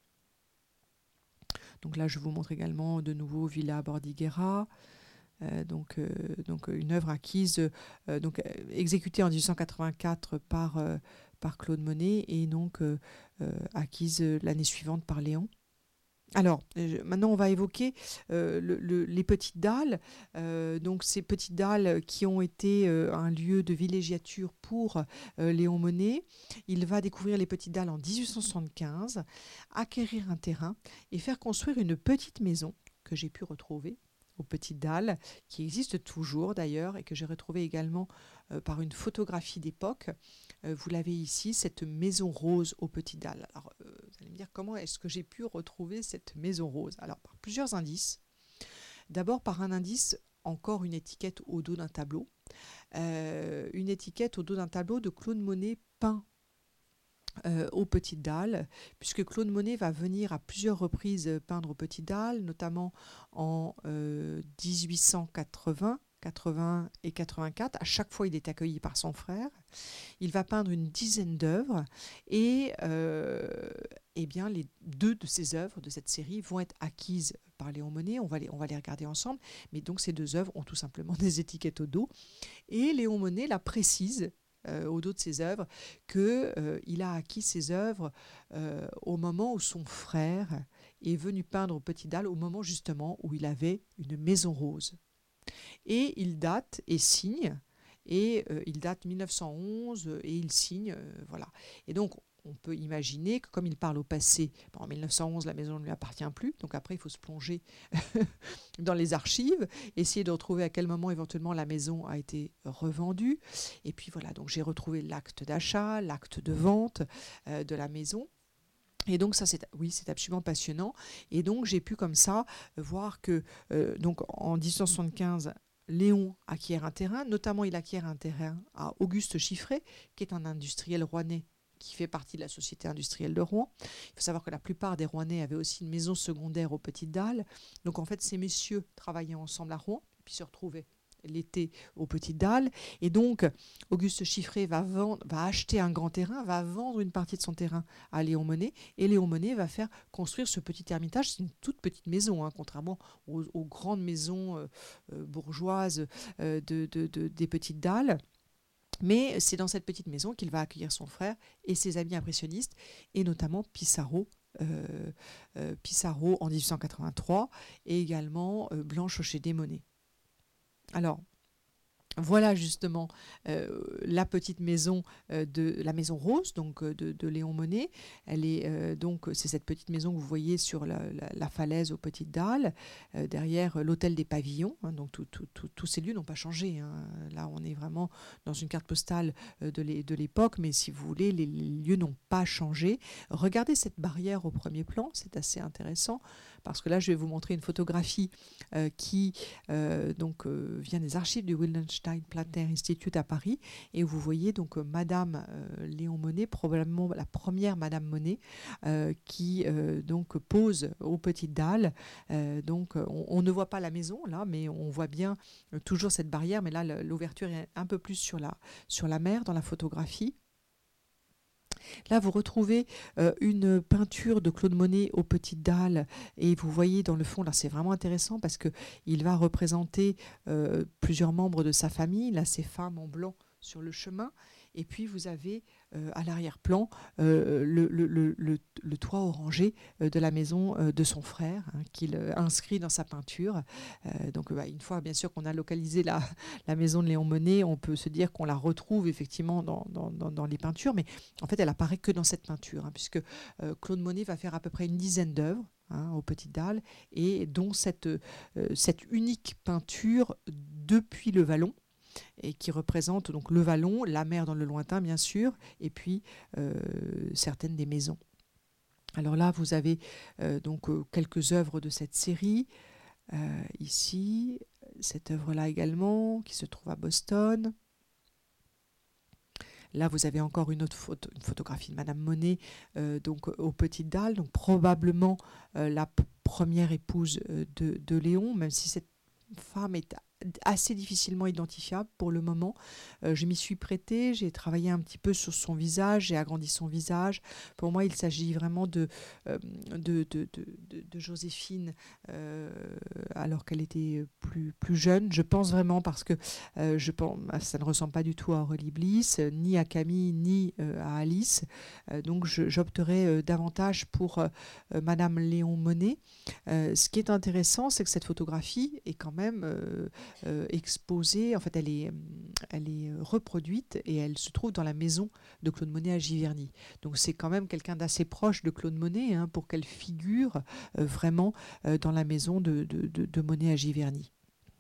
Donc là, je vous montre également de nouveau Villa Bordighera, donc une œuvre acquise, exécutée en 1884 par Claude Monet et donc acquise l'année suivante par Léon. Alors, maintenant, on va évoquer les petites dalles. Donc, ces petites dalles qui ont été un lieu de villégiature pour Léon Monnet. Il va découvrir les petites dalles en 1875, acquérir un terrain et faire construire une petite maison que j'ai pu retrouver aux Petites Dalles, qui existe toujours d'ailleurs et que j'ai retrouvé également par une photographie d'époque. Vous l'avez ici, cette maison rose aux Petites Dalles. Alors, vous allez me dire, comment est-ce que j'ai pu retrouver cette maison rose? Alors, par plusieurs indices. D'abord, par un indice, encore une étiquette au dos d'un tableau. Une étiquette au dos d'un tableau de Claude Monet peint aux Petites Dalles, puisque Claude Monet va venir à plusieurs reprises peindre aux Petites Dalles, notamment en 1880, 80 et 84. À chaque fois, il est accueilli par son frère. Il va peindre une dizaine d'œuvres et eh bien, les deux de ces œuvres de cette série vont être acquises par Léon Monnet. On va les regarder ensemble. Mais donc, ces deux œuvres ont tout simplement des étiquettes au dos. Et Léon Monnet la précise au dos de ses œuvres, qu'il a acquis ses œuvres au moment où son frère est venu peindre aux Petites Dalles, au moment justement où il avait une maison rose. Et il date et signe, et il date 1911, et il signe, voilà. Et donc, on peut imaginer que comme il parle au passé, en 1911, la maison ne lui appartient plus, donc après, il faut se plonger dans les archives, essayer de retrouver à quel moment éventuellement la maison a été revendue. Et puis voilà, donc j'ai retrouvé l'acte d'achat, l'acte de vente de la maison. Et donc ça, c'est absolument passionnant. Et donc j'ai pu comme ça voir que donc en 1875, Léon acquiert un terrain, notamment il acquiert un terrain à Auguste Chiffré, qui est un industriel rouennais qui fait partie de la Société industrielle de Rouen. Il faut savoir que la plupart des Rouennais avaient aussi une maison secondaire aux Petites Dalles. Donc en fait, ces messieurs travaillaient ensemble à Rouen, puis se retrouvaient l'été aux Petites Dalles. Et donc, Auguste Chiffré va acheter un grand terrain, va vendre une partie de son terrain à Léon Monnet, et Léon Monnet va faire construire ce petit ermitage. C'est une toute petite maison, contrairement aux grandes maisons bourgeoises des Petites Dalles. Mais c'est dans cette petite maison qu'il va accueillir son frère et ses amis impressionnistes, et notamment Pissarro en 1883, et également Blanche Chédé Monet. Alors, Voilà justement la petite maison de la maison Rose, donc de Léon Monnet. Elle est donc c'est cette petite maison que vous voyez sur la falaise aux Petites Dalles, derrière l'hôtel des Pavillons. Hein, donc tous ces lieux n'ont pas changé. Hein. Là, on est vraiment dans une carte postale de l'époque, mais si vous voulez, les lieux n'ont pas changé. Regardez cette barrière au premier plan, c'est assez intéressant parce que là, je vais vous montrer une photographie qui vient des archives du Wildenstein Platner Institute à Paris, et vous voyez donc Madame Léon Monnet, probablement la première Madame Monnet, qui donc pose aux Petites Dalles. On ne voit pas la maison là, mais on voit bien toujours cette barrière, mais là l'ouverture est un peu plus sur la mer dans la photographie. Là, vous retrouvez une peinture de Claude Monet aux Petites Dalles, et vous voyez dans le fond, là c'est vraiment intéressant parce qu'il va représenter plusieurs membres de sa famille, là ces femmes en blanc sur le chemin, et puis vous avez à l'arrière-plan le toit orangé de la maison de son frère, hein, qu'il inscrit dans sa peinture. Une fois bien sûr qu'on a localisé la maison de Léon Monnet, on peut se dire qu'on la retrouve effectivement dans les peintures, mais en fait elle apparaît que dans cette peinture, hein, puisque Claude Monet va faire à peu près une dizaine d'œuvres, hein, aux Petites Dalles, et dont cette unique peinture depuis le Vallon, et qui représente donc le Vallon, la mer dans le lointain bien sûr, et puis certaines des maisons. Alors là, vous avez quelques œuvres de cette série. Ici, cette œuvre-là également, qui se trouve à Boston. Là, vous avez encore une photographie de Madame Monnet, aux Petites Dalles, donc probablement la première épouse de Léon, même si cette femme est assez difficilement identifiable pour le moment. Je m'y suis prêtée, j'ai travaillé un petit peu sur son visage, j'ai agrandi son visage. Pour moi, il s'agit vraiment de Joséphine alors qu'elle était plus jeune. Je pense vraiment parce que ça ne ressemble pas du tout à Aurélie Bliss, ni à Camille, ni à Alice. Donc j'opterais davantage pour Madame Léon Monnet. Ce qui est intéressant, c'est que cette photographie est quand même exposée, en fait elle est reproduite, et elle se trouve dans la maison de Claude Monet à Giverny. Donc c'est quand même quelqu'un d'assez proche de Claude Monet, hein, pour qu'elle figure vraiment dans la maison de Monet à Giverny.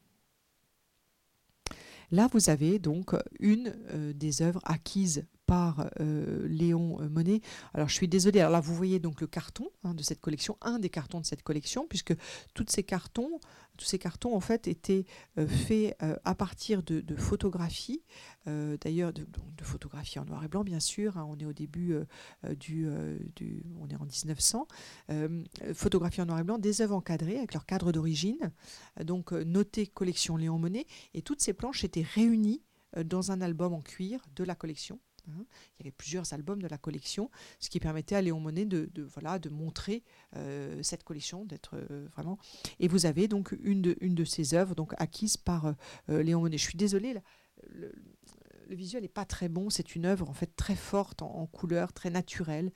Là, vous avez donc une des œuvres acquises par Léon Monnet. Alors, je suis désolée. Alors là, vous voyez donc le carton, hein, de cette collection, un des cartons de cette collection, puisque tous ces cartons en fait étaient faits à partir de photographies, d'ailleurs de photographies en noir et blanc, bien sûr. Hein, on est au début on est en 1900. Photographies en noir et blanc, des œuvres encadrées avec leur cadre d'origine, notées collection Léon Monnet, et toutes ces planches étaient réunies dans un album en cuir de la collection. Il y avait plusieurs albums de la collection, ce qui permettait à Léon Monnet de montrer cette collection, d'être vraiment. Et vous avez donc une de ces œuvres donc acquises par Léon Monnet. Je suis désolée, là, le visuel n'est pas très bon. C'est une œuvre en fait très forte en couleurs, très naturelle,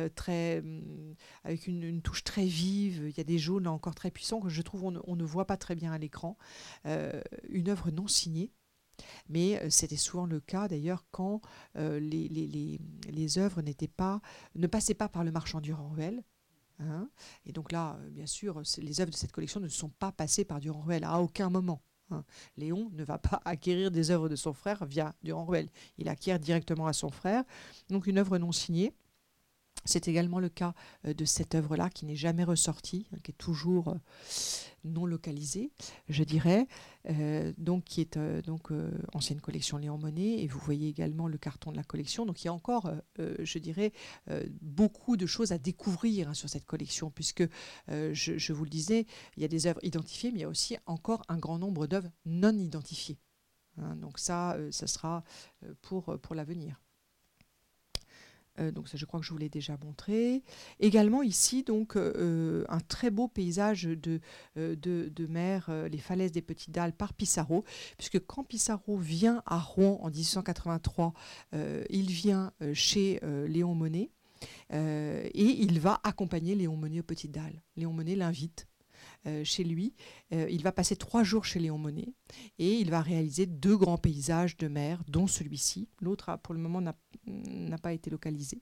avec une touche très vive. Il y a des jaunes encore très puissants que je trouve on ne voit pas très bien à l'écran. Une œuvre non signée. Mais c'était souvent le cas d'ailleurs quand les œuvres ne passaient pas par le marchand Durand-Ruel. Hein. Et donc là, bien sûr, les œuvres de cette collection ne sont pas passées par Durand-Ruel à aucun moment. Hein. Léon ne va pas acquérir des œuvres de son frère via Durand-Ruel. Il acquiert directement à son frère. Donc une œuvre non signée. C'est également le cas de cette œuvre-là qui n'est jamais ressortie, qui est toujours non localisée, je dirais, qui est ancienne collection Léon Monnet, et vous voyez également le carton de la collection. Donc il y a encore, je dirais, beaucoup de choses à découvrir, hein, sur cette collection, puisque, je vous le disais, il y a des œuvres identifiées, mais il y a aussi encore un grand nombre d'œuvres non identifiées. Hein, donc ça sera pour l'avenir. Donc ça, je crois que je vous l'ai déjà montré. Également ici, un très beau paysage de mer, les falaises des Petites Dalles par Pissarro, puisque quand Pissarro vient à Rouen en 1883, il vient chez Léon Monnet, et il va accompagner Léon Monnet aux Petites Dalles. Léon Monnet l'invite. chez lui. Il va passer 3 jours chez Léon Monnet et il va réaliser 2 grands paysages de mer, dont celui-ci. L'autre, pour le moment, n'a pas été localisé.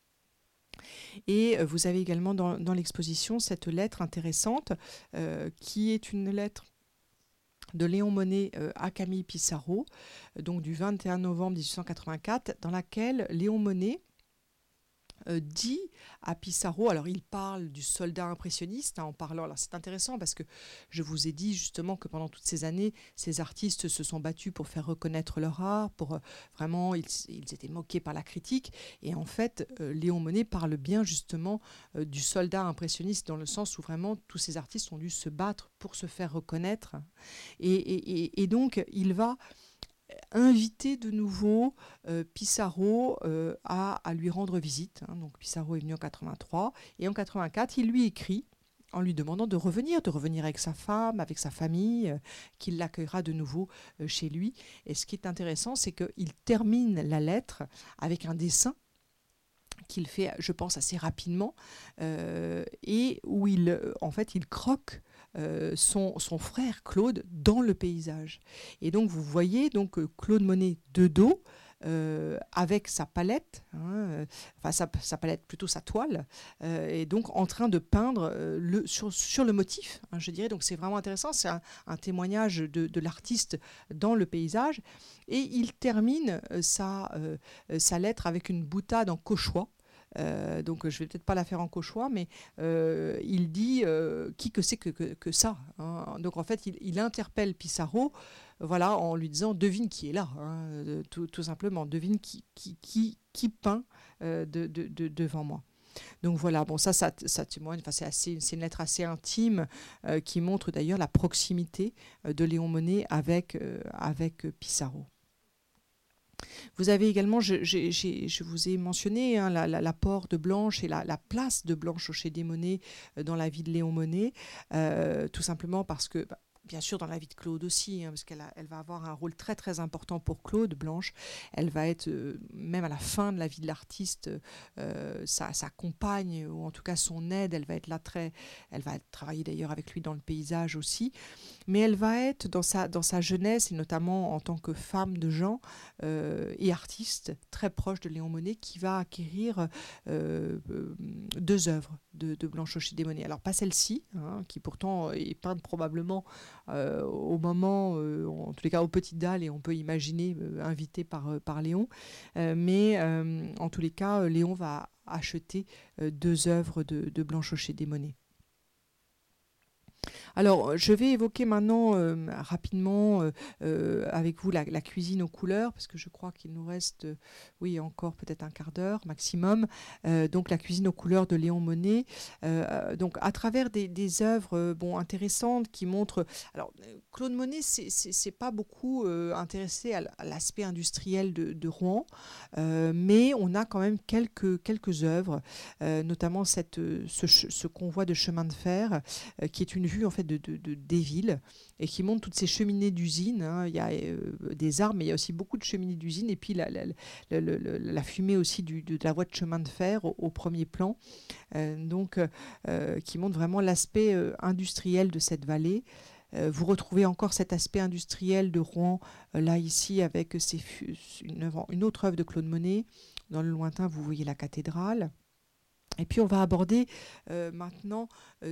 Et vous avez également dans l'exposition cette lettre intéressante qui est une lettre de Léon Monnet à Camille Pissarro, donc du 21 novembre 1884, dans laquelle Léon Monnet dit à Pissarro, alors il parle du soldat impressionniste en parlant, alors c'est intéressant parce que je vous ai dit justement que pendant toutes ces années, ces artistes se sont battus pour faire reconnaître leur art, pour vraiment, ils étaient moqués par la critique, et en fait, Léon Monnet parle bien justement du soldat impressionniste dans le sens où vraiment tous ces artistes ont dû se battre pour se faire reconnaître, et donc il va inviter de nouveau Pissarro à lui rendre visite. Donc Pissarro est venu en 83 et en 84, il lui écrit en lui demandant de revenir avec sa femme, avec sa famille, qu'il l'accueillera de nouveau chez lui. Et ce qui est intéressant, c'est qu'il termine la lettre avec un dessin qu'il fait, je pense, assez rapidement, et où en fait, il croque son frère Claude dans le paysage. Et donc, vous voyez donc Claude Monet de dos, avec sa palette, enfin sa palette, plutôt sa toile, et donc en train de peindre sur le motif, je dirais. Donc c'est vraiment intéressant, c'est un témoignage de l'artiste dans le paysage. Et il termine sa lettre avec une boutade en cauchois. Donc je vais peut-être pas la faire en cauchois, mais il dit qui que c'est que ça. Donc en fait, il interpelle Pissarro, voilà, en lui disant devine qui est là, tout simplement, devine qui peint devant moi. Donc voilà, bon ça témoigne, enfin c'est une lettre assez intime qui montre d'ailleurs la proximité de Léon Monnet avec Pissarro. Vous avez également, je vous ai mentionné l'apport de Blanche et la place de Blanche chez des Monet dans la vie de Léon Monnet, tout simplement parce que, bien sûr dans la vie de Claude aussi, parce qu'elle va avoir un rôle très très important pour Claude, Blanche. Elle va être, même à la fin de la vie de l'artiste, sa compagne, ou en tout cas son aide, elle va être là elle va travailler d'ailleurs avec lui dans le paysage aussi. Mais elle va être dans sa jeunesse, et notamment en tant que femme de gens et artiste, très proche de Léon Monnet, qui va acquérir 2 œuvres de Blanche Ochet-des-Monnaies. Alors pas celle-ci, qui pourtant est peinte probablement au moment, en tous les cas aux Petites Dalles, et on peut imaginer invitée par Léon. Mais en tous les cas, Léon va acheter 2 œuvres de Blanche Ochet-des-Monnaies. Alors, je vais évoquer maintenant rapidement avec vous la cuisine aux couleurs, parce que je crois qu'il nous reste, oui, encore peut-être un quart d'heure maximum. Donc, la cuisine aux couleurs de Léon Monnet. Donc, à travers des œuvres intéressantes qui montrent... Alors, Claude Monet, c'est pas beaucoup intéressé à l'aspect industriel de Rouen, mais on a quand même quelques œuvres, notamment ce convoi de chemin de fer, qui est une vue en fait des villes, et qui montre toutes ces cheminées d'usines. Il y a des arbres, mais il y a aussi beaucoup de cheminées d'usines, et puis la fumée aussi de la voie de chemin de fer au premier plan, qui montre vraiment l'aspect industriel de cette vallée. Vous retrouvez encore cet aspect industriel de Rouen, là ici avec une autre œuvre de Claude Monet. Dans le lointain, vous voyez la cathédrale. Et puis on va aborder maintenant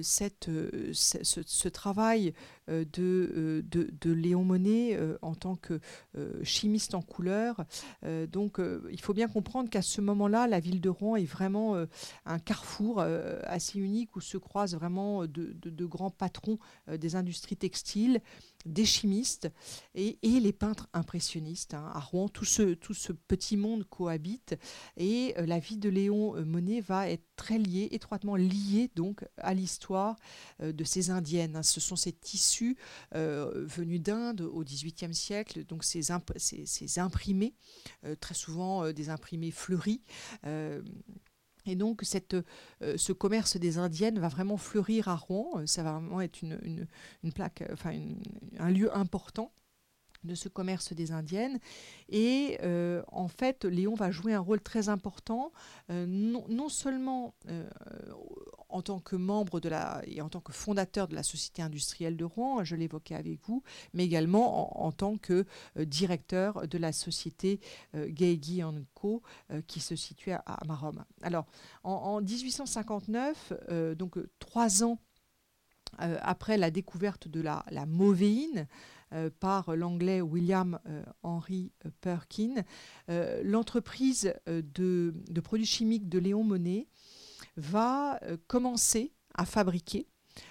ce travail de Léon Monnet en tant que chimiste en couleurs. Donc il faut bien comprendre qu'à ce moment-là, la ville de Rouen est vraiment un carrefour assez unique, où se croisent vraiment de grands patrons des industries textiles, des chimistes et les peintres impressionnistes. À Rouen, tout ce petit monde cohabite, et la vie de Léon Monnet va être très liée, étroitement liée donc à l'histoire de ces indiennes. Ce sont ces tissus venus d'Inde au XVIIIe siècle, donc ces imprimés, très souvent des imprimés fleuris. Et donc ce commerce des indiennes va vraiment fleurir à Rouen. Ça va vraiment être une plaque, enfin un lieu important. de ce commerce des Indiennes. Et en fait, Léon va jouer un rôle très important, non seulement en tant que membre et en tant que fondateur de la Société industrielle de Rouen, je l'évoquais avec vous, mais également en tant que directeur de la société Geigy Co, qui se situe à Maromme. Alors, en 1859, donc 3 ans après la découverte de la movéine par l'anglais William Henry Perkin, l'entreprise de produits chimiques de Léon Monnet va commencer à fabriquer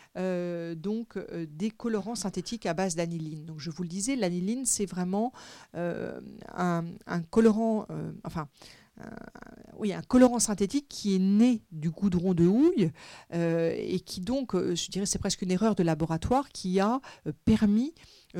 des colorants synthétiques à base d'aniline. Donc je vous le disais, l'aniline c'est vraiment un colorant, un colorant synthétique qui est né du goudron de houille et qui donc, je dirais, c'est presque une erreur de laboratoire qui a permis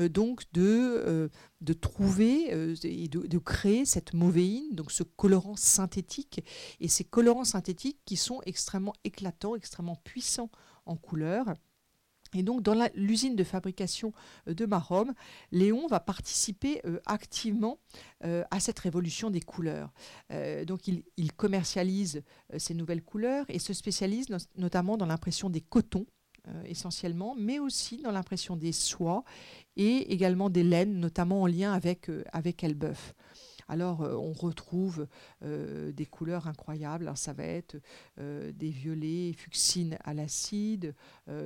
de trouver et de créer cette movéine, donc ce colorant synthétique. Et ces colorants synthétiques qui sont extrêmement éclatants, extrêmement puissants en couleur. Et donc, dans l'usine de fabrication de Maromme, Léon va participer activement à cette révolution des couleurs. Donc, il commercialise ces nouvelles couleurs et se spécialise notamment dans l'impression des cotons, essentiellement, mais aussi dans l'impression des soies et également des laines, notamment en lien avec Elbeuf. Alors, on retrouve des couleurs incroyables. Alors, ça va être des violets fuchsines à l'acide,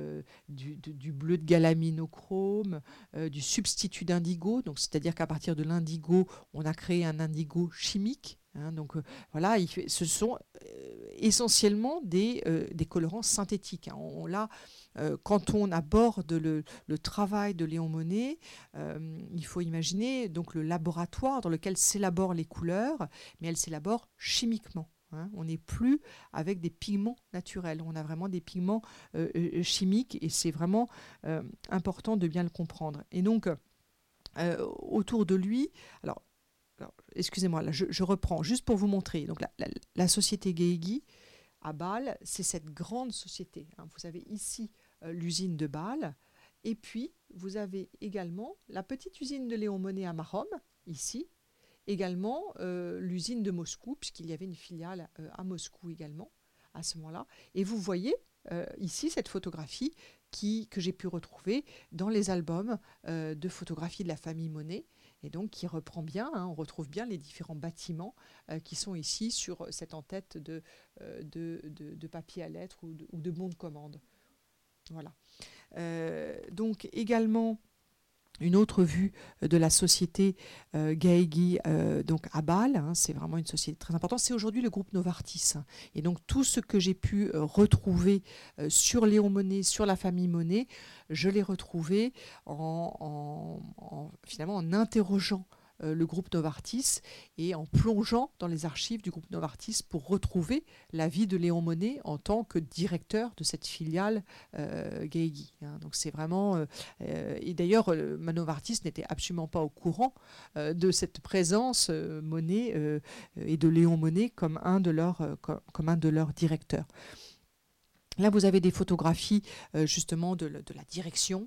du bleu de galamine au chrome, du substitut d'indigo. Donc, c'est-à-dire qu'à partir de l'indigo, on a créé un indigo chimique. Donc voilà, ce sont essentiellement des colorants synthétiques. Quand on aborde le travail de Léon Monnet, il faut imaginer donc le laboratoire dans lequel s'élaborent les couleurs, mais elles s'élaborent chimiquement. On n'est plus avec des pigments naturels, on a vraiment des pigments chimiques et c'est vraiment important de bien le comprendre. Et donc, autour de lui, alors excusez-moi, là, je reprends juste pour vous montrer. Donc, la société Geigy à Bâle, c'est cette grande société. Vous avez ici l'usine de Bâle, et puis vous avez également la petite usine de Léon Monnet à Maromme, ici, également l'usine de Moscou, puisqu'il y avait une filiale à Moscou également, à ce moment-là. Et vous voyez ici cette photographie que j'ai pu retrouver dans les albums de photographie de la famille Monnet, et donc qui reprend bien, on retrouve bien les différents bâtiments qui sont ici sur cette en-tête de papier à lettres ou de bons de commande. Voilà. Donc également une autre vue de la société Geigy donc à Bâle, c'est vraiment une société très importante. C'est aujourd'hui le groupe Novartis. Et donc tout ce que j'ai pu retrouver sur Léon Monnet, sur la famille Monnet, je l'ai retrouvé finalement en interrogeant le groupe Novartis et en plongeant dans les archives du groupe Novartis pour retrouver la vie de Léon Monnet en tant que directeur de cette filiale Geigy. Donc c'est vraiment... et d'ailleurs, Novartis n'était absolument pas au courant de cette présence Monnet et de Léon Monnet comme un de leurs directeurs. Là, vous avez des photographies justement de la direction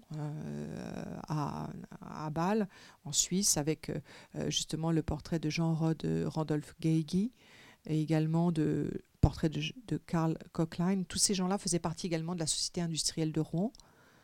à Bâle, en Suisse, avec justement le portrait de Jean-Randolph Geigy et également de portrait de Karl Kochlein. Tous ces gens-là faisaient partie également de la Société industrielle de Rouen.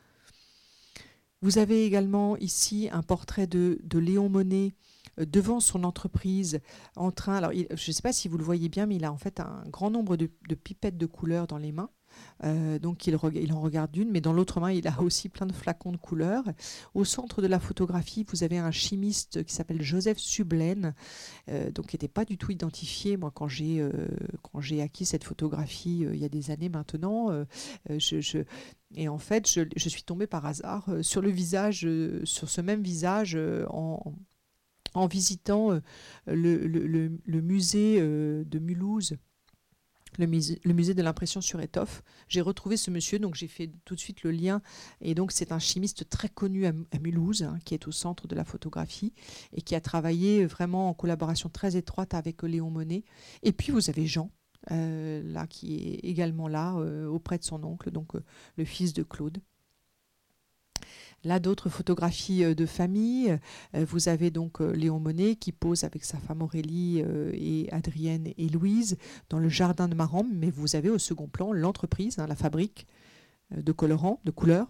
Vous avez également ici un portrait de Léon Monnet devant son entreprise en train... Alors, je ne sais pas si vous le voyez bien, mais il a en fait un grand nombre de pipettes de couleurs dans les mains. Donc il en regarde une, mais dans l'autre main, il a aussi plein de flacons de couleurs. Au centre de la photographie, vous avez un chimiste qui s'appelle Joseph Sublaine, donc qui n'était pas du tout identifié. Moi, quand j'ai acquis cette photographie il y a des années maintenant, et en fait, je suis tombée par hasard sur ce même visage en visitant le musée de Mulhouse. Le musée de l'impression sur étoffe. J'ai retrouvé ce monsieur, donc j'ai fait tout de suite le lien. Et donc c'est un chimiste très connu à Mulhouse, qui est au centre de la photographie et qui a travaillé vraiment en collaboration très étroite avec Léon Monnet. Et puis vous avez Jean, là, qui est également là, auprès de son oncle, donc le fils de Claude. Là, d'autres photographies de famille. Vous avez donc Léon Monnet qui pose avec sa femme Aurélie et Adrienne et Louise dans le jardin de Marombe, mais vous avez au second plan l'entreprise, la fabrique de colorants, de couleurs.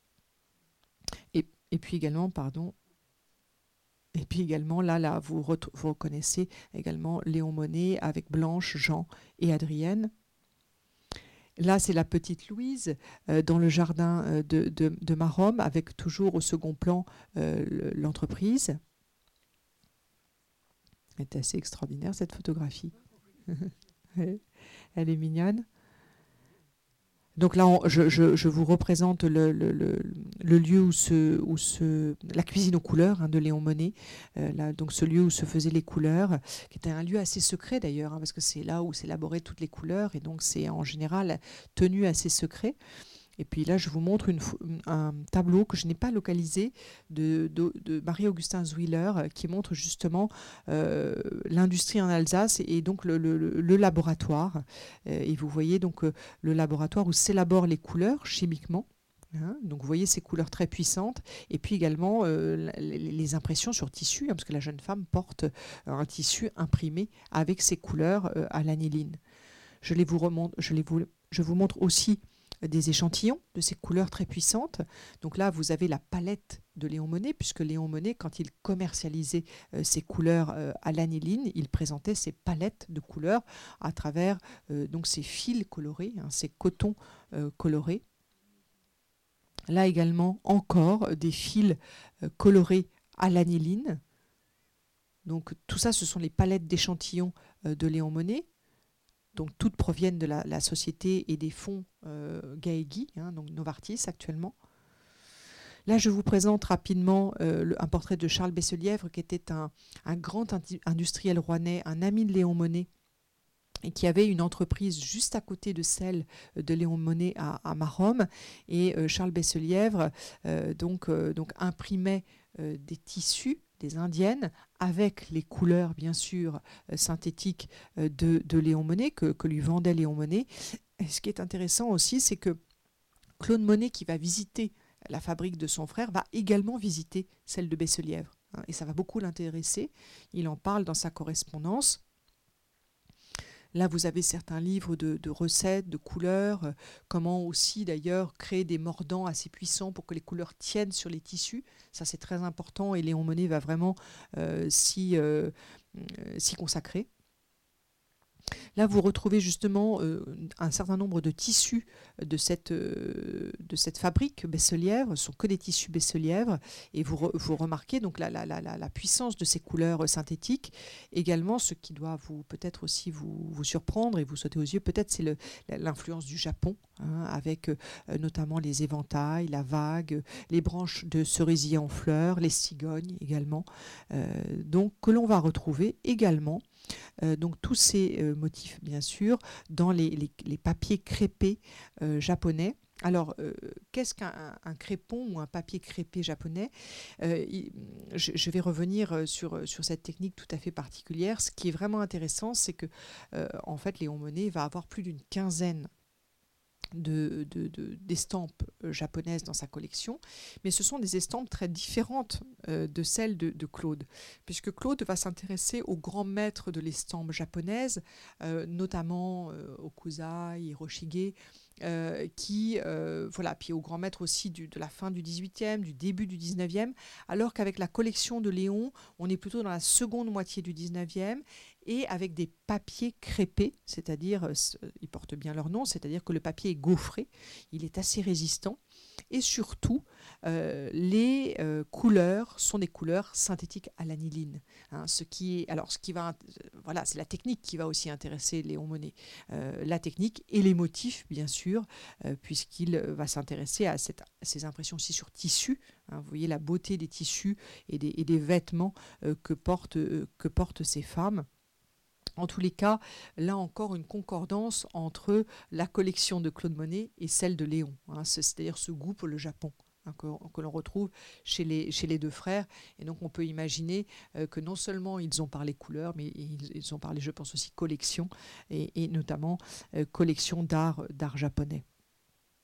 Et puis également, là vous reconnaissez également Léon Monnet avec Blanche, Jean et Adrienne. Là, c'est la petite Louise dans le jardin de Marombe, avec toujours au second plan l'entreprise. Elle est assez extraordinaire, cette photographie. Elle est mignonne. Donc là, je vous représente le lieu où la cuisine aux couleurs de Léon Monnet. Là, donc ce lieu où se faisaient les couleurs, qui était un lieu assez secret d'ailleurs, parce que c'est là où s'élaboraient toutes les couleurs, et donc c'est en général tenu assez secret. Et puis là, je vous montre un tableau que je n'ai pas localisé de Marie-Augustin Zwiller qui montre justement l'industrie en Alsace et donc le laboratoire. Et vous voyez donc le laboratoire où s'élaborent les couleurs chimiquement. Donc vous voyez ces couleurs très puissantes et puis également les impressions sur tissu, parce que la jeune femme porte un tissu imprimé avec ces couleurs à l'aniline. Je vous montre aussi des échantillons de ces couleurs très puissantes. Donc là, vous avez la palette de Léon Monnet, puisque Léon Monnet, quand il commercialisait ses couleurs à l'aniline, il présentait ses palettes de couleurs à travers donc ces fils colorés, ces cotons colorés. Là également, encore des fils colorés à l'aniline. Donc tout ça, ce sont les palettes d'échantillons de Léon Monnet. Donc toutes proviennent de la société et des fonds Gaegi, donc Novartis actuellement. Là, je vous présente rapidement un portrait de Charles Besselièvre, qui était un grand industriel rouennais, un ami de Léon Monnet, et qui avait une entreprise juste à côté de celle de Léon Monnet à Marombe. Et Charles Besselièvre donc imprimait des tissus, des indiennes, avec les couleurs bien sûr synthétiques de Léon Monnet, que lui vendait Léon Monnet. Et ce qui est intéressant aussi, c'est que Claude Monet, qui va visiter la fabrique de son frère, va également visiter celle de Besselièvre. Et ça va beaucoup l'intéresser. Il en parle dans sa correspondance. Là, vous avez certains livres de recettes, de couleurs, comment aussi d'ailleurs créer des mordants assez puissants pour que les couleurs tiennent sur les tissus. Ça, c'est très important et Léon Monnet va vraiment s'y consacrer. Là, vous retrouvez justement un certain nombre de tissus de cette fabrique Besselièvre. Ce ne sont que des tissus Besselièvre. Et vous remarquez donc la puissance de ces couleurs synthétiques. Également, ce qui doit peut-être aussi vous surprendre et vous sauter aux yeux, peut-être c'est l'influence du Japon, avec notamment les éventails, la vague, les branches de cerisier en fleurs, les cigognes également. Donc que l'on va retrouver également donc tous ces motifs bien sûr dans les papiers crêpés japonais. Alors, qu'est-ce qu'un crépon ou un papier crêpé japonais? Je vais revenir sur cette technique tout à fait particulière. Ce qui est vraiment intéressant, c'est que en fait, Léon Monnet va avoir plus d'une quinzaine d'estampes japonaises dans sa collection, mais ce sont des estampes très différentes de celles de Claude, puisque Claude va s'intéresser aux grands maîtres de l'estampe japonaise, notamment Okuzai, Hiroshige, puis aux grands maîtres aussi de la fin du XVIIIe, du début du XIXe, alors qu'avec la collection de Léon, on est plutôt dans la seconde moitié du XIXe, et avec des papiers crêpés, c'est-à-dire, ils portent bien leur nom, c'est-à-dire que le papier est gaufré, il est assez résistant, et surtout, les couleurs sont des couleurs synthétiques à l'aniline. C'est la technique qui va aussi intéresser Léon Monnet. La technique et les motifs, bien sûr, puisqu'il va s'intéresser à ces impressions aussi sur tissu. Vous voyez la beauté des tissus et des vêtements que portent ces femmes. En tous les cas, là encore, une concordance entre la collection de Claude Monet et celle de Léon. C'est-à-dire ce goût pour le Japon que l'on retrouve chez les deux frères. Et donc, on peut imaginer que non seulement ils ont parlé couleurs, mais ils ont parlé, je pense aussi, collection, et notamment collection d'art japonais.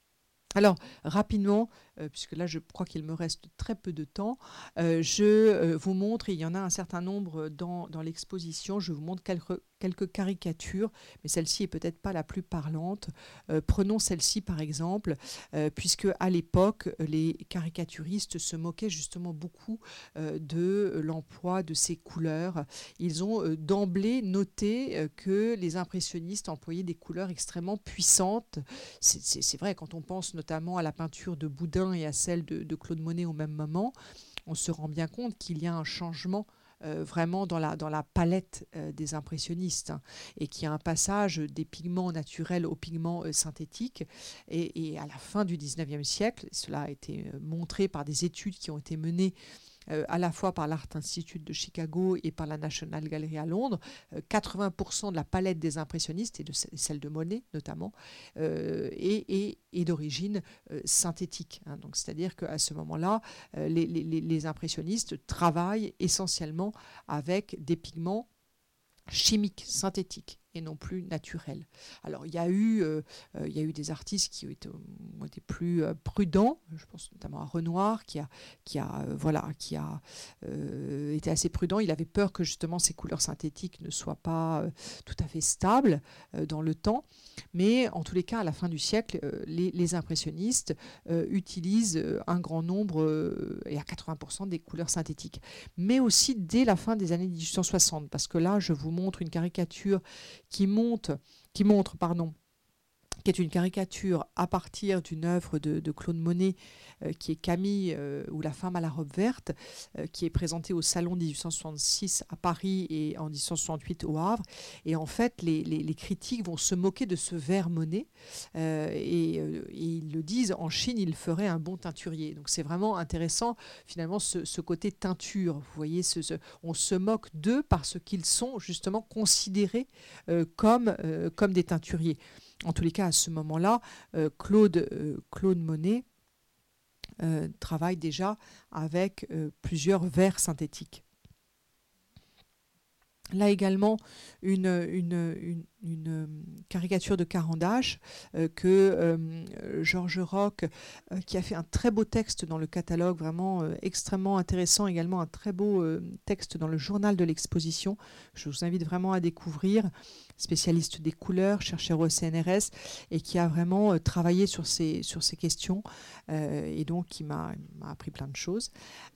Alors, rapidement, puisque là, je crois qu'il me reste très peu de temps, je vous montre, et il y en a un certain nombre dans l'exposition, je vous montre quelques caricatures, mais celle-ci est peut-être pas la plus parlante. Prenons celle-ci, par exemple, puisque à l'époque, les caricaturistes se moquaient justement beaucoup de l'emploi de ces couleurs. Ils ont d'emblée noté que les impressionnistes employaient des couleurs extrêmement puissantes. C'est vrai, quand on pense notamment à la peinture de Boudin et à celle de Claude Monet au même moment, on se rend bien compte qu'il y a un changement vraiment dans la palette des impressionnistes, hein, et qu'il y a un passage des pigments naturels aux pigments synthétiques. Et à la fin du 19e siècle, cela a été montré par des études qui ont été menées à la fois par l'Art Institute de Chicago et par la National Gallery à Londres. 80% de la palette des impressionnistes, et de celle de Monet notamment, est d'origine synthétique, hein. Donc, c'est-à-dire qu'à ce moment-là, les impressionnistes travaillent essentiellement avec des pigments chimiques, synthétiques et non plus naturels. Alors, il y a eu des artistes qui ont été plus prudents. Je pense notamment à Renoir, qui a été assez prudent. Il avait peur que justement ces couleurs synthétiques ne soient pas tout à fait stables dans le temps. Mais en tous les cas, à la fin du siècle, les impressionnistes utilisent un grand nombre, et à 80% des couleurs synthétiques. Mais aussi dès la fin des années 1860, parce que là, je vous montre une caricature qui montre, pardon, qui est une caricature à partir d'une œuvre de Claude Monet, qui est Camille ou La femme à la robe verte, qui est présentée au Salon 1866 à Paris et en 1868 au Havre. Et en fait, les critiques vont se moquer de ce vers Monet, et ils le disent, en Chine, il ferait un bon teinturier. Donc c'est vraiment intéressant, finalement, ce côté teinture. Vous voyez, on se moque d'eux parce qu'ils sont justement considérés comme des teinturiers. En tous les cas, à ce moment-là, Claude Monet travaille déjà avec plusieurs vers synthétiques. Là également, une caricature de Caran d'Ache que Georges Roch, qui a fait un très beau texte dans le catalogue, vraiment extrêmement intéressant, également un très beau texte dans le journal de l'exposition. Je vous invite vraiment à découvrir, spécialiste des couleurs, chercheur au CNRS, et qui a vraiment travaillé sur ces questions, et donc qui m'a appris plein de choses.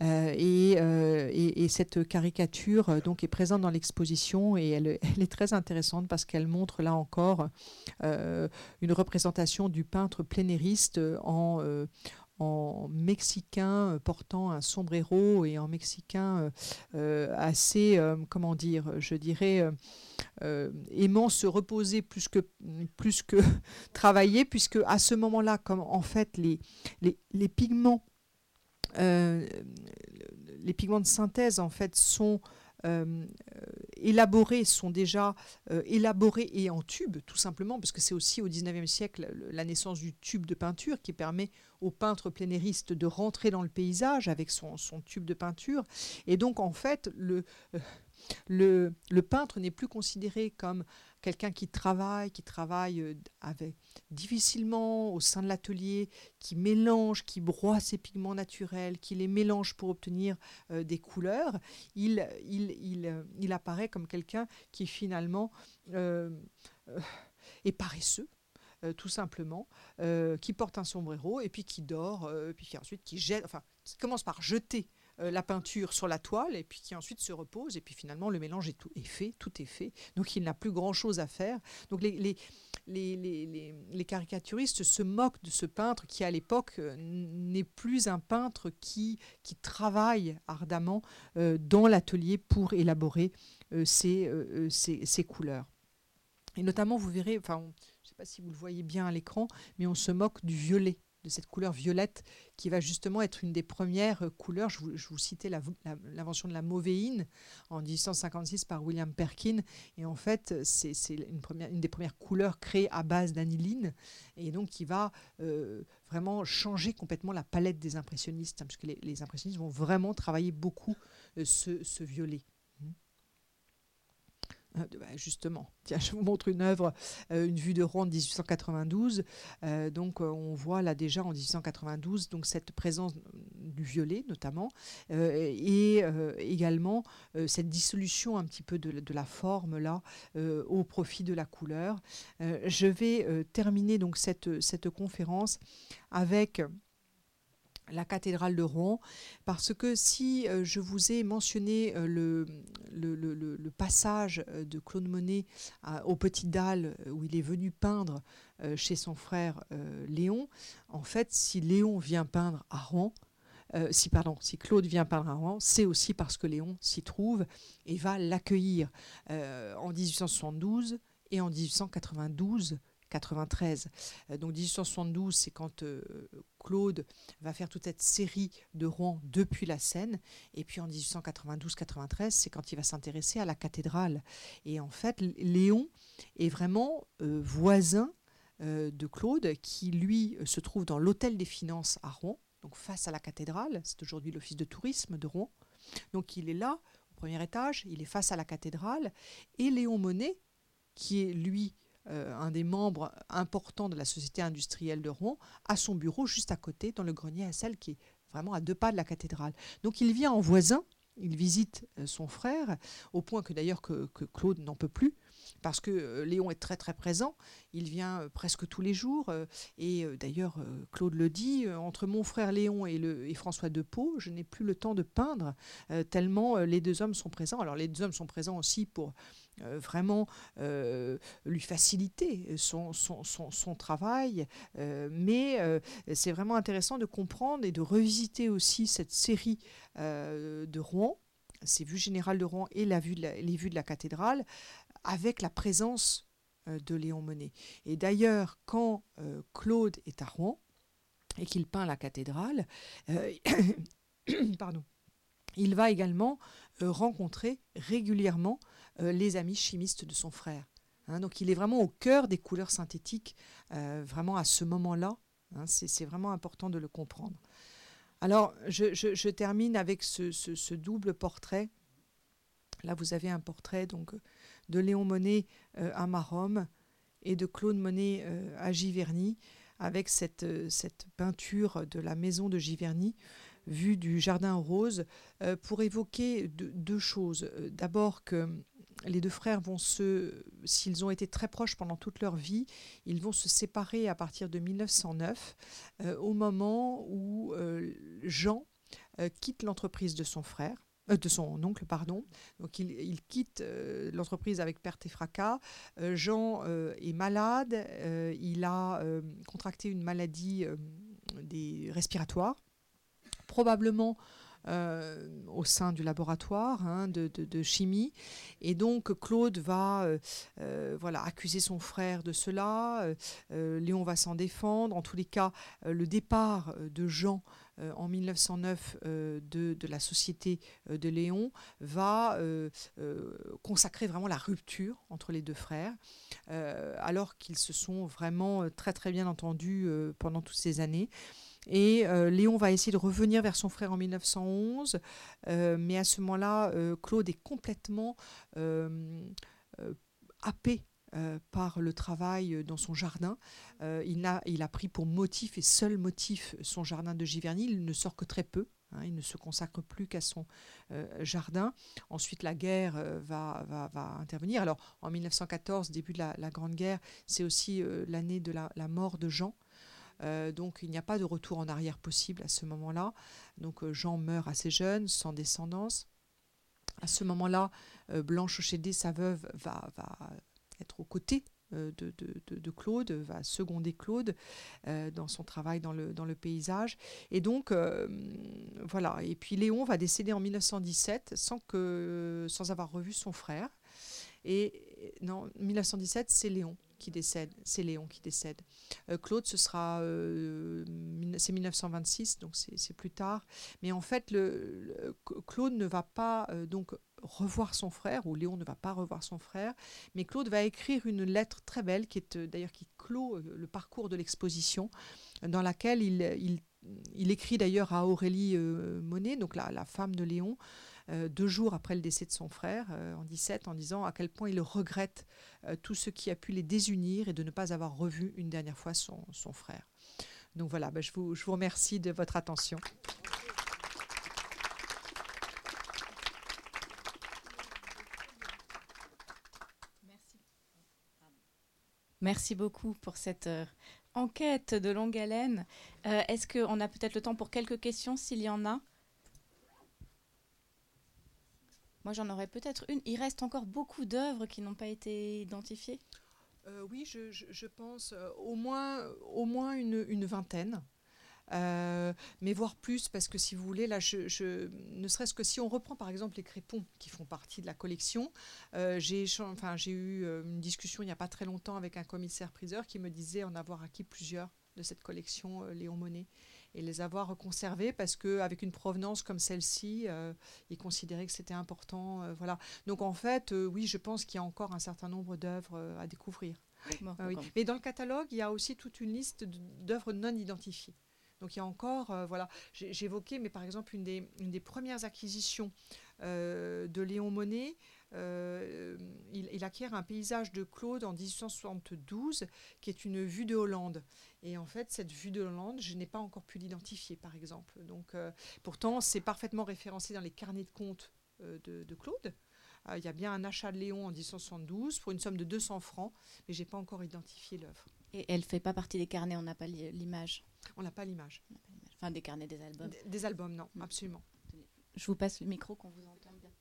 Et cette caricature donc est présente dans l'exposition, et elle est très intéressante parce qu'elle montre là encore une représentation du peintre plénériste en mexicain portant un sombrero, et en mexicain assez, comment dire, je dirais, aimant se reposer plus que travailler, puisque à ce moment-là, comme en fait les pigments euh, les pigments de synthèse en fait sont déjà élaborés et en tube, tout simplement, parce que c'est aussi au XIXe siècle la naissance du tube de peinture qui permet au peintre plénériste de rentrer dans le paysage avec son tube de peinture. Et donc, en fait, le peintre n'est plus considéré comme quelqu'un qui travaille difficilement au sein de l'atelier, qui mélange, qui broie ses pigments naturels, qui les mélange pour obtenir des couleurs. Il apparaît comme quelqu'un qui finalement euh, euh, est paresseux, tout simplement, qui porte un sombrero et puis qui dort, puis ensuite qui jette, enfin, qui commence par jeter la peinture sur la toile, et puis qui ensuite se repose, et puis finalement le mélange est fait, tout est fait, donc il n'a plus grand chose à faire. Donc les caricaturistes se moquent de ce peintre qui à l'époque n'est plus un peintre qui travaille ardemment dans l'atelier pour élaborer ces couleurs. Et notamment, vous verrez, enfin, je ne sais pas si vous le voyez bien à l'écran, mais on se moque du violet, de cette couleur violette qui va justement être une des premières couleurs. Je vous citais l'invention de la mauvéine en 1856 par William Perkin. Et en fait, c'est une des premières couleurs créées à base d'aniline, et donc qui va vraiment changer complètement la palette des impressionnistes, hein, puisque les impressionnistes vont vraiment travailler beaucoup ce violet. Justement, tiens, je vous montre une œuvre, une vue de Rouen de 1892. Donc, on voit là déjà en 1892 donc, cette présence du violet notamment, et également cette dissolution un petit peu de la forme là, au profit de la couleur. Je vais terminer donc cette conférence avec la cathédrale de Rouen, parce que si je vous ai mentionné le passage de Claude Monet aux Petites Dalles, où il est venu peindre chez son frère Léon, en fait, si Léon vient peindre à Rouen, si Claude vient peindre à Rouen, c'est aussi parce que Léon s'y trouve et va l'accueillir en 1872 et en 1892. 93. Donc 1872, c'est quand Claude va faire toute cette série de Rouen depuis la Seine. Et puis en 1892-93, c'est quand il va s'intéresser à la cathédrale. Et en fait, Léon est vraiment voisin de Claude, qui lui se trouve dans l'Hôtel des Finances à Rouen, donc face à la cathédrale. C'est aujourd'hui l'office de tourisme de Rouen. Donc il est là, au premier étage, il est face à la cathédrale. Et Léon Monet, qui est lui un des membres importants de la Société industrielle de Rouen, a son bureau juste à côté, dans le grenier à sel, qui est vraiment à 2 pas de la cathédrale. Donc il vient en voisin, il visite son frère, au point que d'ailleurs que Claude n'en peut plus, parce que Léon est très très présent, il vient presque tous les jours, et d'ailleurs Claude le dit, entre mon frère Léon et François de Pau, je n'ai plus le temps de peindre, tellement les deux hommes sont présents. Alors les deux hommes sont présents aussi pour vraiment lui faciliter son travail, mais c'est vraiment intéressant de comprendre et de revisiter aussi cette série de Rouen, ces vues générales de Rouen et les vues de la cathédrale, avec la présence de Léon Monet. Et d'ailleurs, quand Claude est à Rouen et qu'il peint la cathédrale, pardon, il va également rencontrer régulièrement les amis chimistes de son frère. Donc il est vraiment au cœur des couleurs synthétiques, vraiment à ce moment-là. C'est vraiment important de le comprendre. Alors je termine avec ce double portrait. Là vous avez un portrait donc, de Léon Monet à Maromme et de Claude Monet à Giverny, avec cette peinture de la maison de Giverny, vue du jardin rose, pour évoquer deux choses. D'abord que les deux frères s'ils ont été très proches pendant toute leur vie, ils vont se séparer à partir de 1909, au moment où Jean quitte l'entreprise de son frère. De son oncle, pardon. Donc il quitte l'entreprise avec perte et fracas. Jean est malade, il a contracté une maladie respiratoire, probablement au sein du laboratoire de chimie. Et donc Claude va accuser son frère de cela. Léon va s'en défendre. En tous les cas, le départ de Jean en 1909 de la société de Léon va consacrer vraiment la rupture entre les deux frères, alors qu'ils se sont vraiment très très bien entendus pendant toutes ces années. Et Léon va essayer de revenir vers son frère en 1911, mais à ce moment-là, Claude est complètement happé par le travail dans son jardin. Il a pris pour motif et seul motif son jardin de Giverny. Il ne sort que très peu. Il ne se consacre plus qu'à son jardin. Ensuite, la guerre va intervenir. Alors, en 1914, début de la Grande Guerre, c'est aussi l'année de la mort de Jean. Donc il n'y a pas de retour en arrière possible à ce moment-là. Donc Jean meurt assez jeune, sans descendance. À ce moment-là, Blanche Hochédé, sa veuve, va être aux côtés de Claude, va seconder Claude dans son travail dans le paysage. Et donc, voilà. Et puis Léon va décéder en 1917 sans avoir revu son frère. Et non, 1917, c'est Léon qui décède. Claude, c'est 1926, donc c'est plus tard. Mais en fait, Claude ne va pas donc revoir son frère, ou Léon ne va pas revoir son frère, mais Claude va écrire une lettre très belle qui clôt le parcours de l'exposition, dans laquelle il écrit d'ailleurs à Aurélie Monet, donc la femme de Léon, 2 jours après le décès de son frère, en 17, en disant à quel point il regrette tout ce qui a pu les désunir et de ne pas avoir revu une dernière fois son frère. Donc voilà, je vous remercie de votre attention. Merci beaucoup pour cette enquête de longue haleine. Est-ce qu'on a peut-être le temps pour quelques questions, s'il y en a? Moi, j'en aurais peut-être une. Il reste encore beaucoup d'œuvres qui n'ont pas été identifiées? Oui, je pense au moins une vingtaine. Mais voire plus, parce que si vous voulez, là, ne serait-ce que si on reprend par exemple les crépons qui font partie de la collection, j'ai eu une discussion il n'y a pas très longtemps avec un commissaire-priseur qui me disait en avoir acquis plusieurs de cette collection Léon Monnet et les avoir conservés parce qu'avec une provenance comme celle-ci, il considérait que c'était important. Voilà. Donc en fait, oui, je pense qu'il y a encore un certain nombre d'œuvres à découvrir. Bon, Oui. Mais dans le catalogue, il y a aussi toute une liste d'œuvres non identifiées. Donc il y a encore, voilà, j'évoquais, mais par exemple, une des premières acquisitions de Léon Monnet, il acquiert un paysage de Claude en 1872, qui est une vue de Hollande. Et en fait, cette vue de Hollande, je n'ai pas encore pu l'identifier, par exemple. Donc, pourtant, c'est parfaitement référencé dans les carnets de comptes de Claude. Il y a bien un achat de Léon en 1872 pour une somme de 200 francs, mais je n'ai pas encore identifié l'œuvre. Et elle ne fait pas partie des carnets, on n'a pas l'image. On n'a pas l'image. Enfin, des carnets, des albums. Des albums, non, absolument. Je vous passe le micro, qu'on vous entende bien.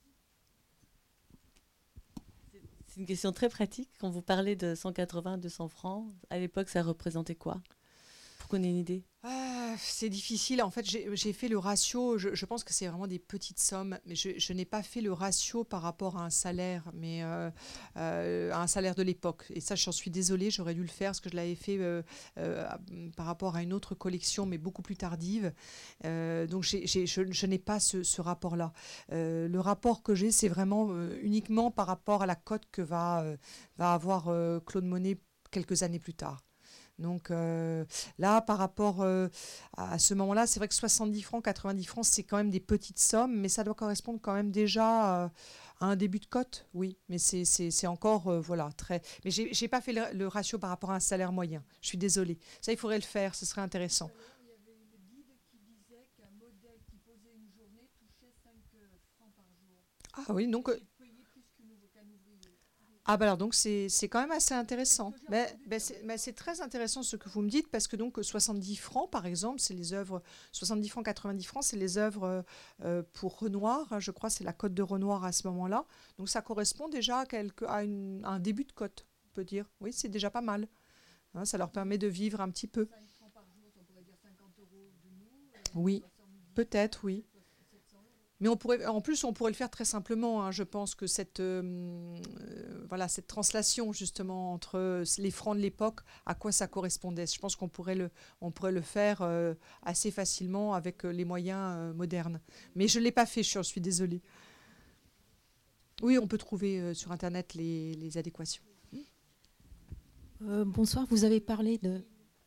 C'est une question très pratique. Quand vous parlez de 180, 200 francs, à l'époque, ça représentait quoi? Pour qu'on ait une idée. C'est difficile. En fait, j'ai fait le ratio. Je pense que c'est vraiment des petites sommes, mais je n'ai pas fait le ratio par rapport à un salaire, mais à un salaire de l'époque. Et ça, j'en suis désolée. J'aurais dû le faire parce que je l'avais fait par rapport à une autre collection, mais beaucoup plus tardive. Donc, je n'ai pas ce rapport-là. Le rapport que j'ai, c'est vraiment uniquement par rapport à la cote que va avoir Claude Monnet quelques années plus tard. Donc là, par rapport à ce moment-là, c'est vrai que 70 francs, 90 francs, c'est quand même des petites sommes, mais ça doit correspondre quand même déjà à un début de cote, oui. Mais c'est encore, voilà, très... Mais j'ai pas fait le ratio par rapport à un salaire moyen. Je suis désolée. Ça, il faudrait le faire, ce serait intéressant. Il y avait une guide qui disait qu'un modèle qui posait une journée touchait 5 francs par jour. Ah oui, donc... Payé plus qu'un ouvrier. Ah bah alors donc c'est quand même assez intéressant. Mais c'est très intéressant ce que vous me dites parce que donc 70 francs par exemple, c'est les œuvres 70 francs 90 francs, c'est les œuvres pour Renoir, hein, je crois c'est la cote de Renoir à ce moment-là. Donc ça correspond déjà à un début de cote, on peut dire. Oui, c'est déjà pas mal. Hein, ça leur permet de vivre un petit peu. 5 francs par jour, on pourrait dire 50 € de nous. Oui, peut-être, oui. Mais en plus, on pourrait le faire très simplement. Hein. Je pense que cette translation justement entre les francs de l'époque, à quoi ça correspondait. Je pense qu'on pourrait le faire assez facilement avec les moyens modernes. Mais je ne l'ai pas fait, je suis désolée. Oui, on peut trouver sur Internet les adéquations. Bonsoir, vous avez parlé de...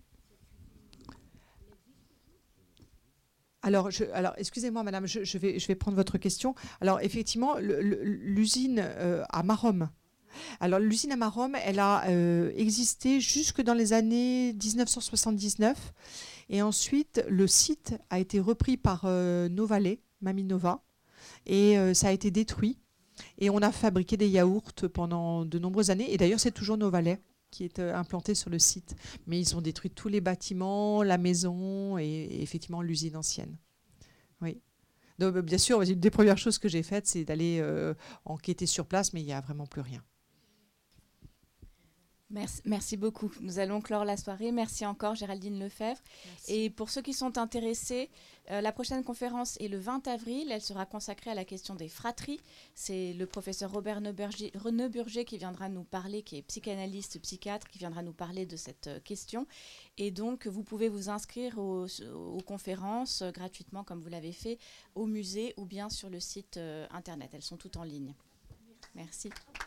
Alors, excusez-moi, madame, je vais prendre votre question. Alors, effectivement, l'usine à Maromme. Alors, l'usine à Maromme, elle a existé jusque dans les années 1979. Et ensuite, le site a été repris par Novalet, Mamie Nova, et ça a été détruit. Et on a fabriqué des yaourts pendant de nombreuses années. Et d'ailleurs, c'est toujours Novalet qui est implanté sur le site. Mais ils ont détruit tous les bâtiments, la maison et effectivement l'usine ancienne. Oui. Donc, bien sûr, une des premières choses que j'ai faites, c'est d'aller enquêter sur place, mais il n'y a vraiment plus rien. Merci beaucoup. Nous allons clore la soirée. Merci encore Géraldine Lefebvre. Merci. Et pour ceux qui sont intéressés, la prochaine conférence est le 20 avril. Elle sera consacrée à la question des fratries. C'est le professeur Robert Neuburger qui viendra nous parler, qui est psychanalyste, psychiatre, qui viendra nous parler de cette question. Et donc, vous pouvez vous inscrire aux conférences gratuitement, comme vous l'avez fait, au musée ou bien sur le site Internet. Elles sont toutes en ligne. Merci.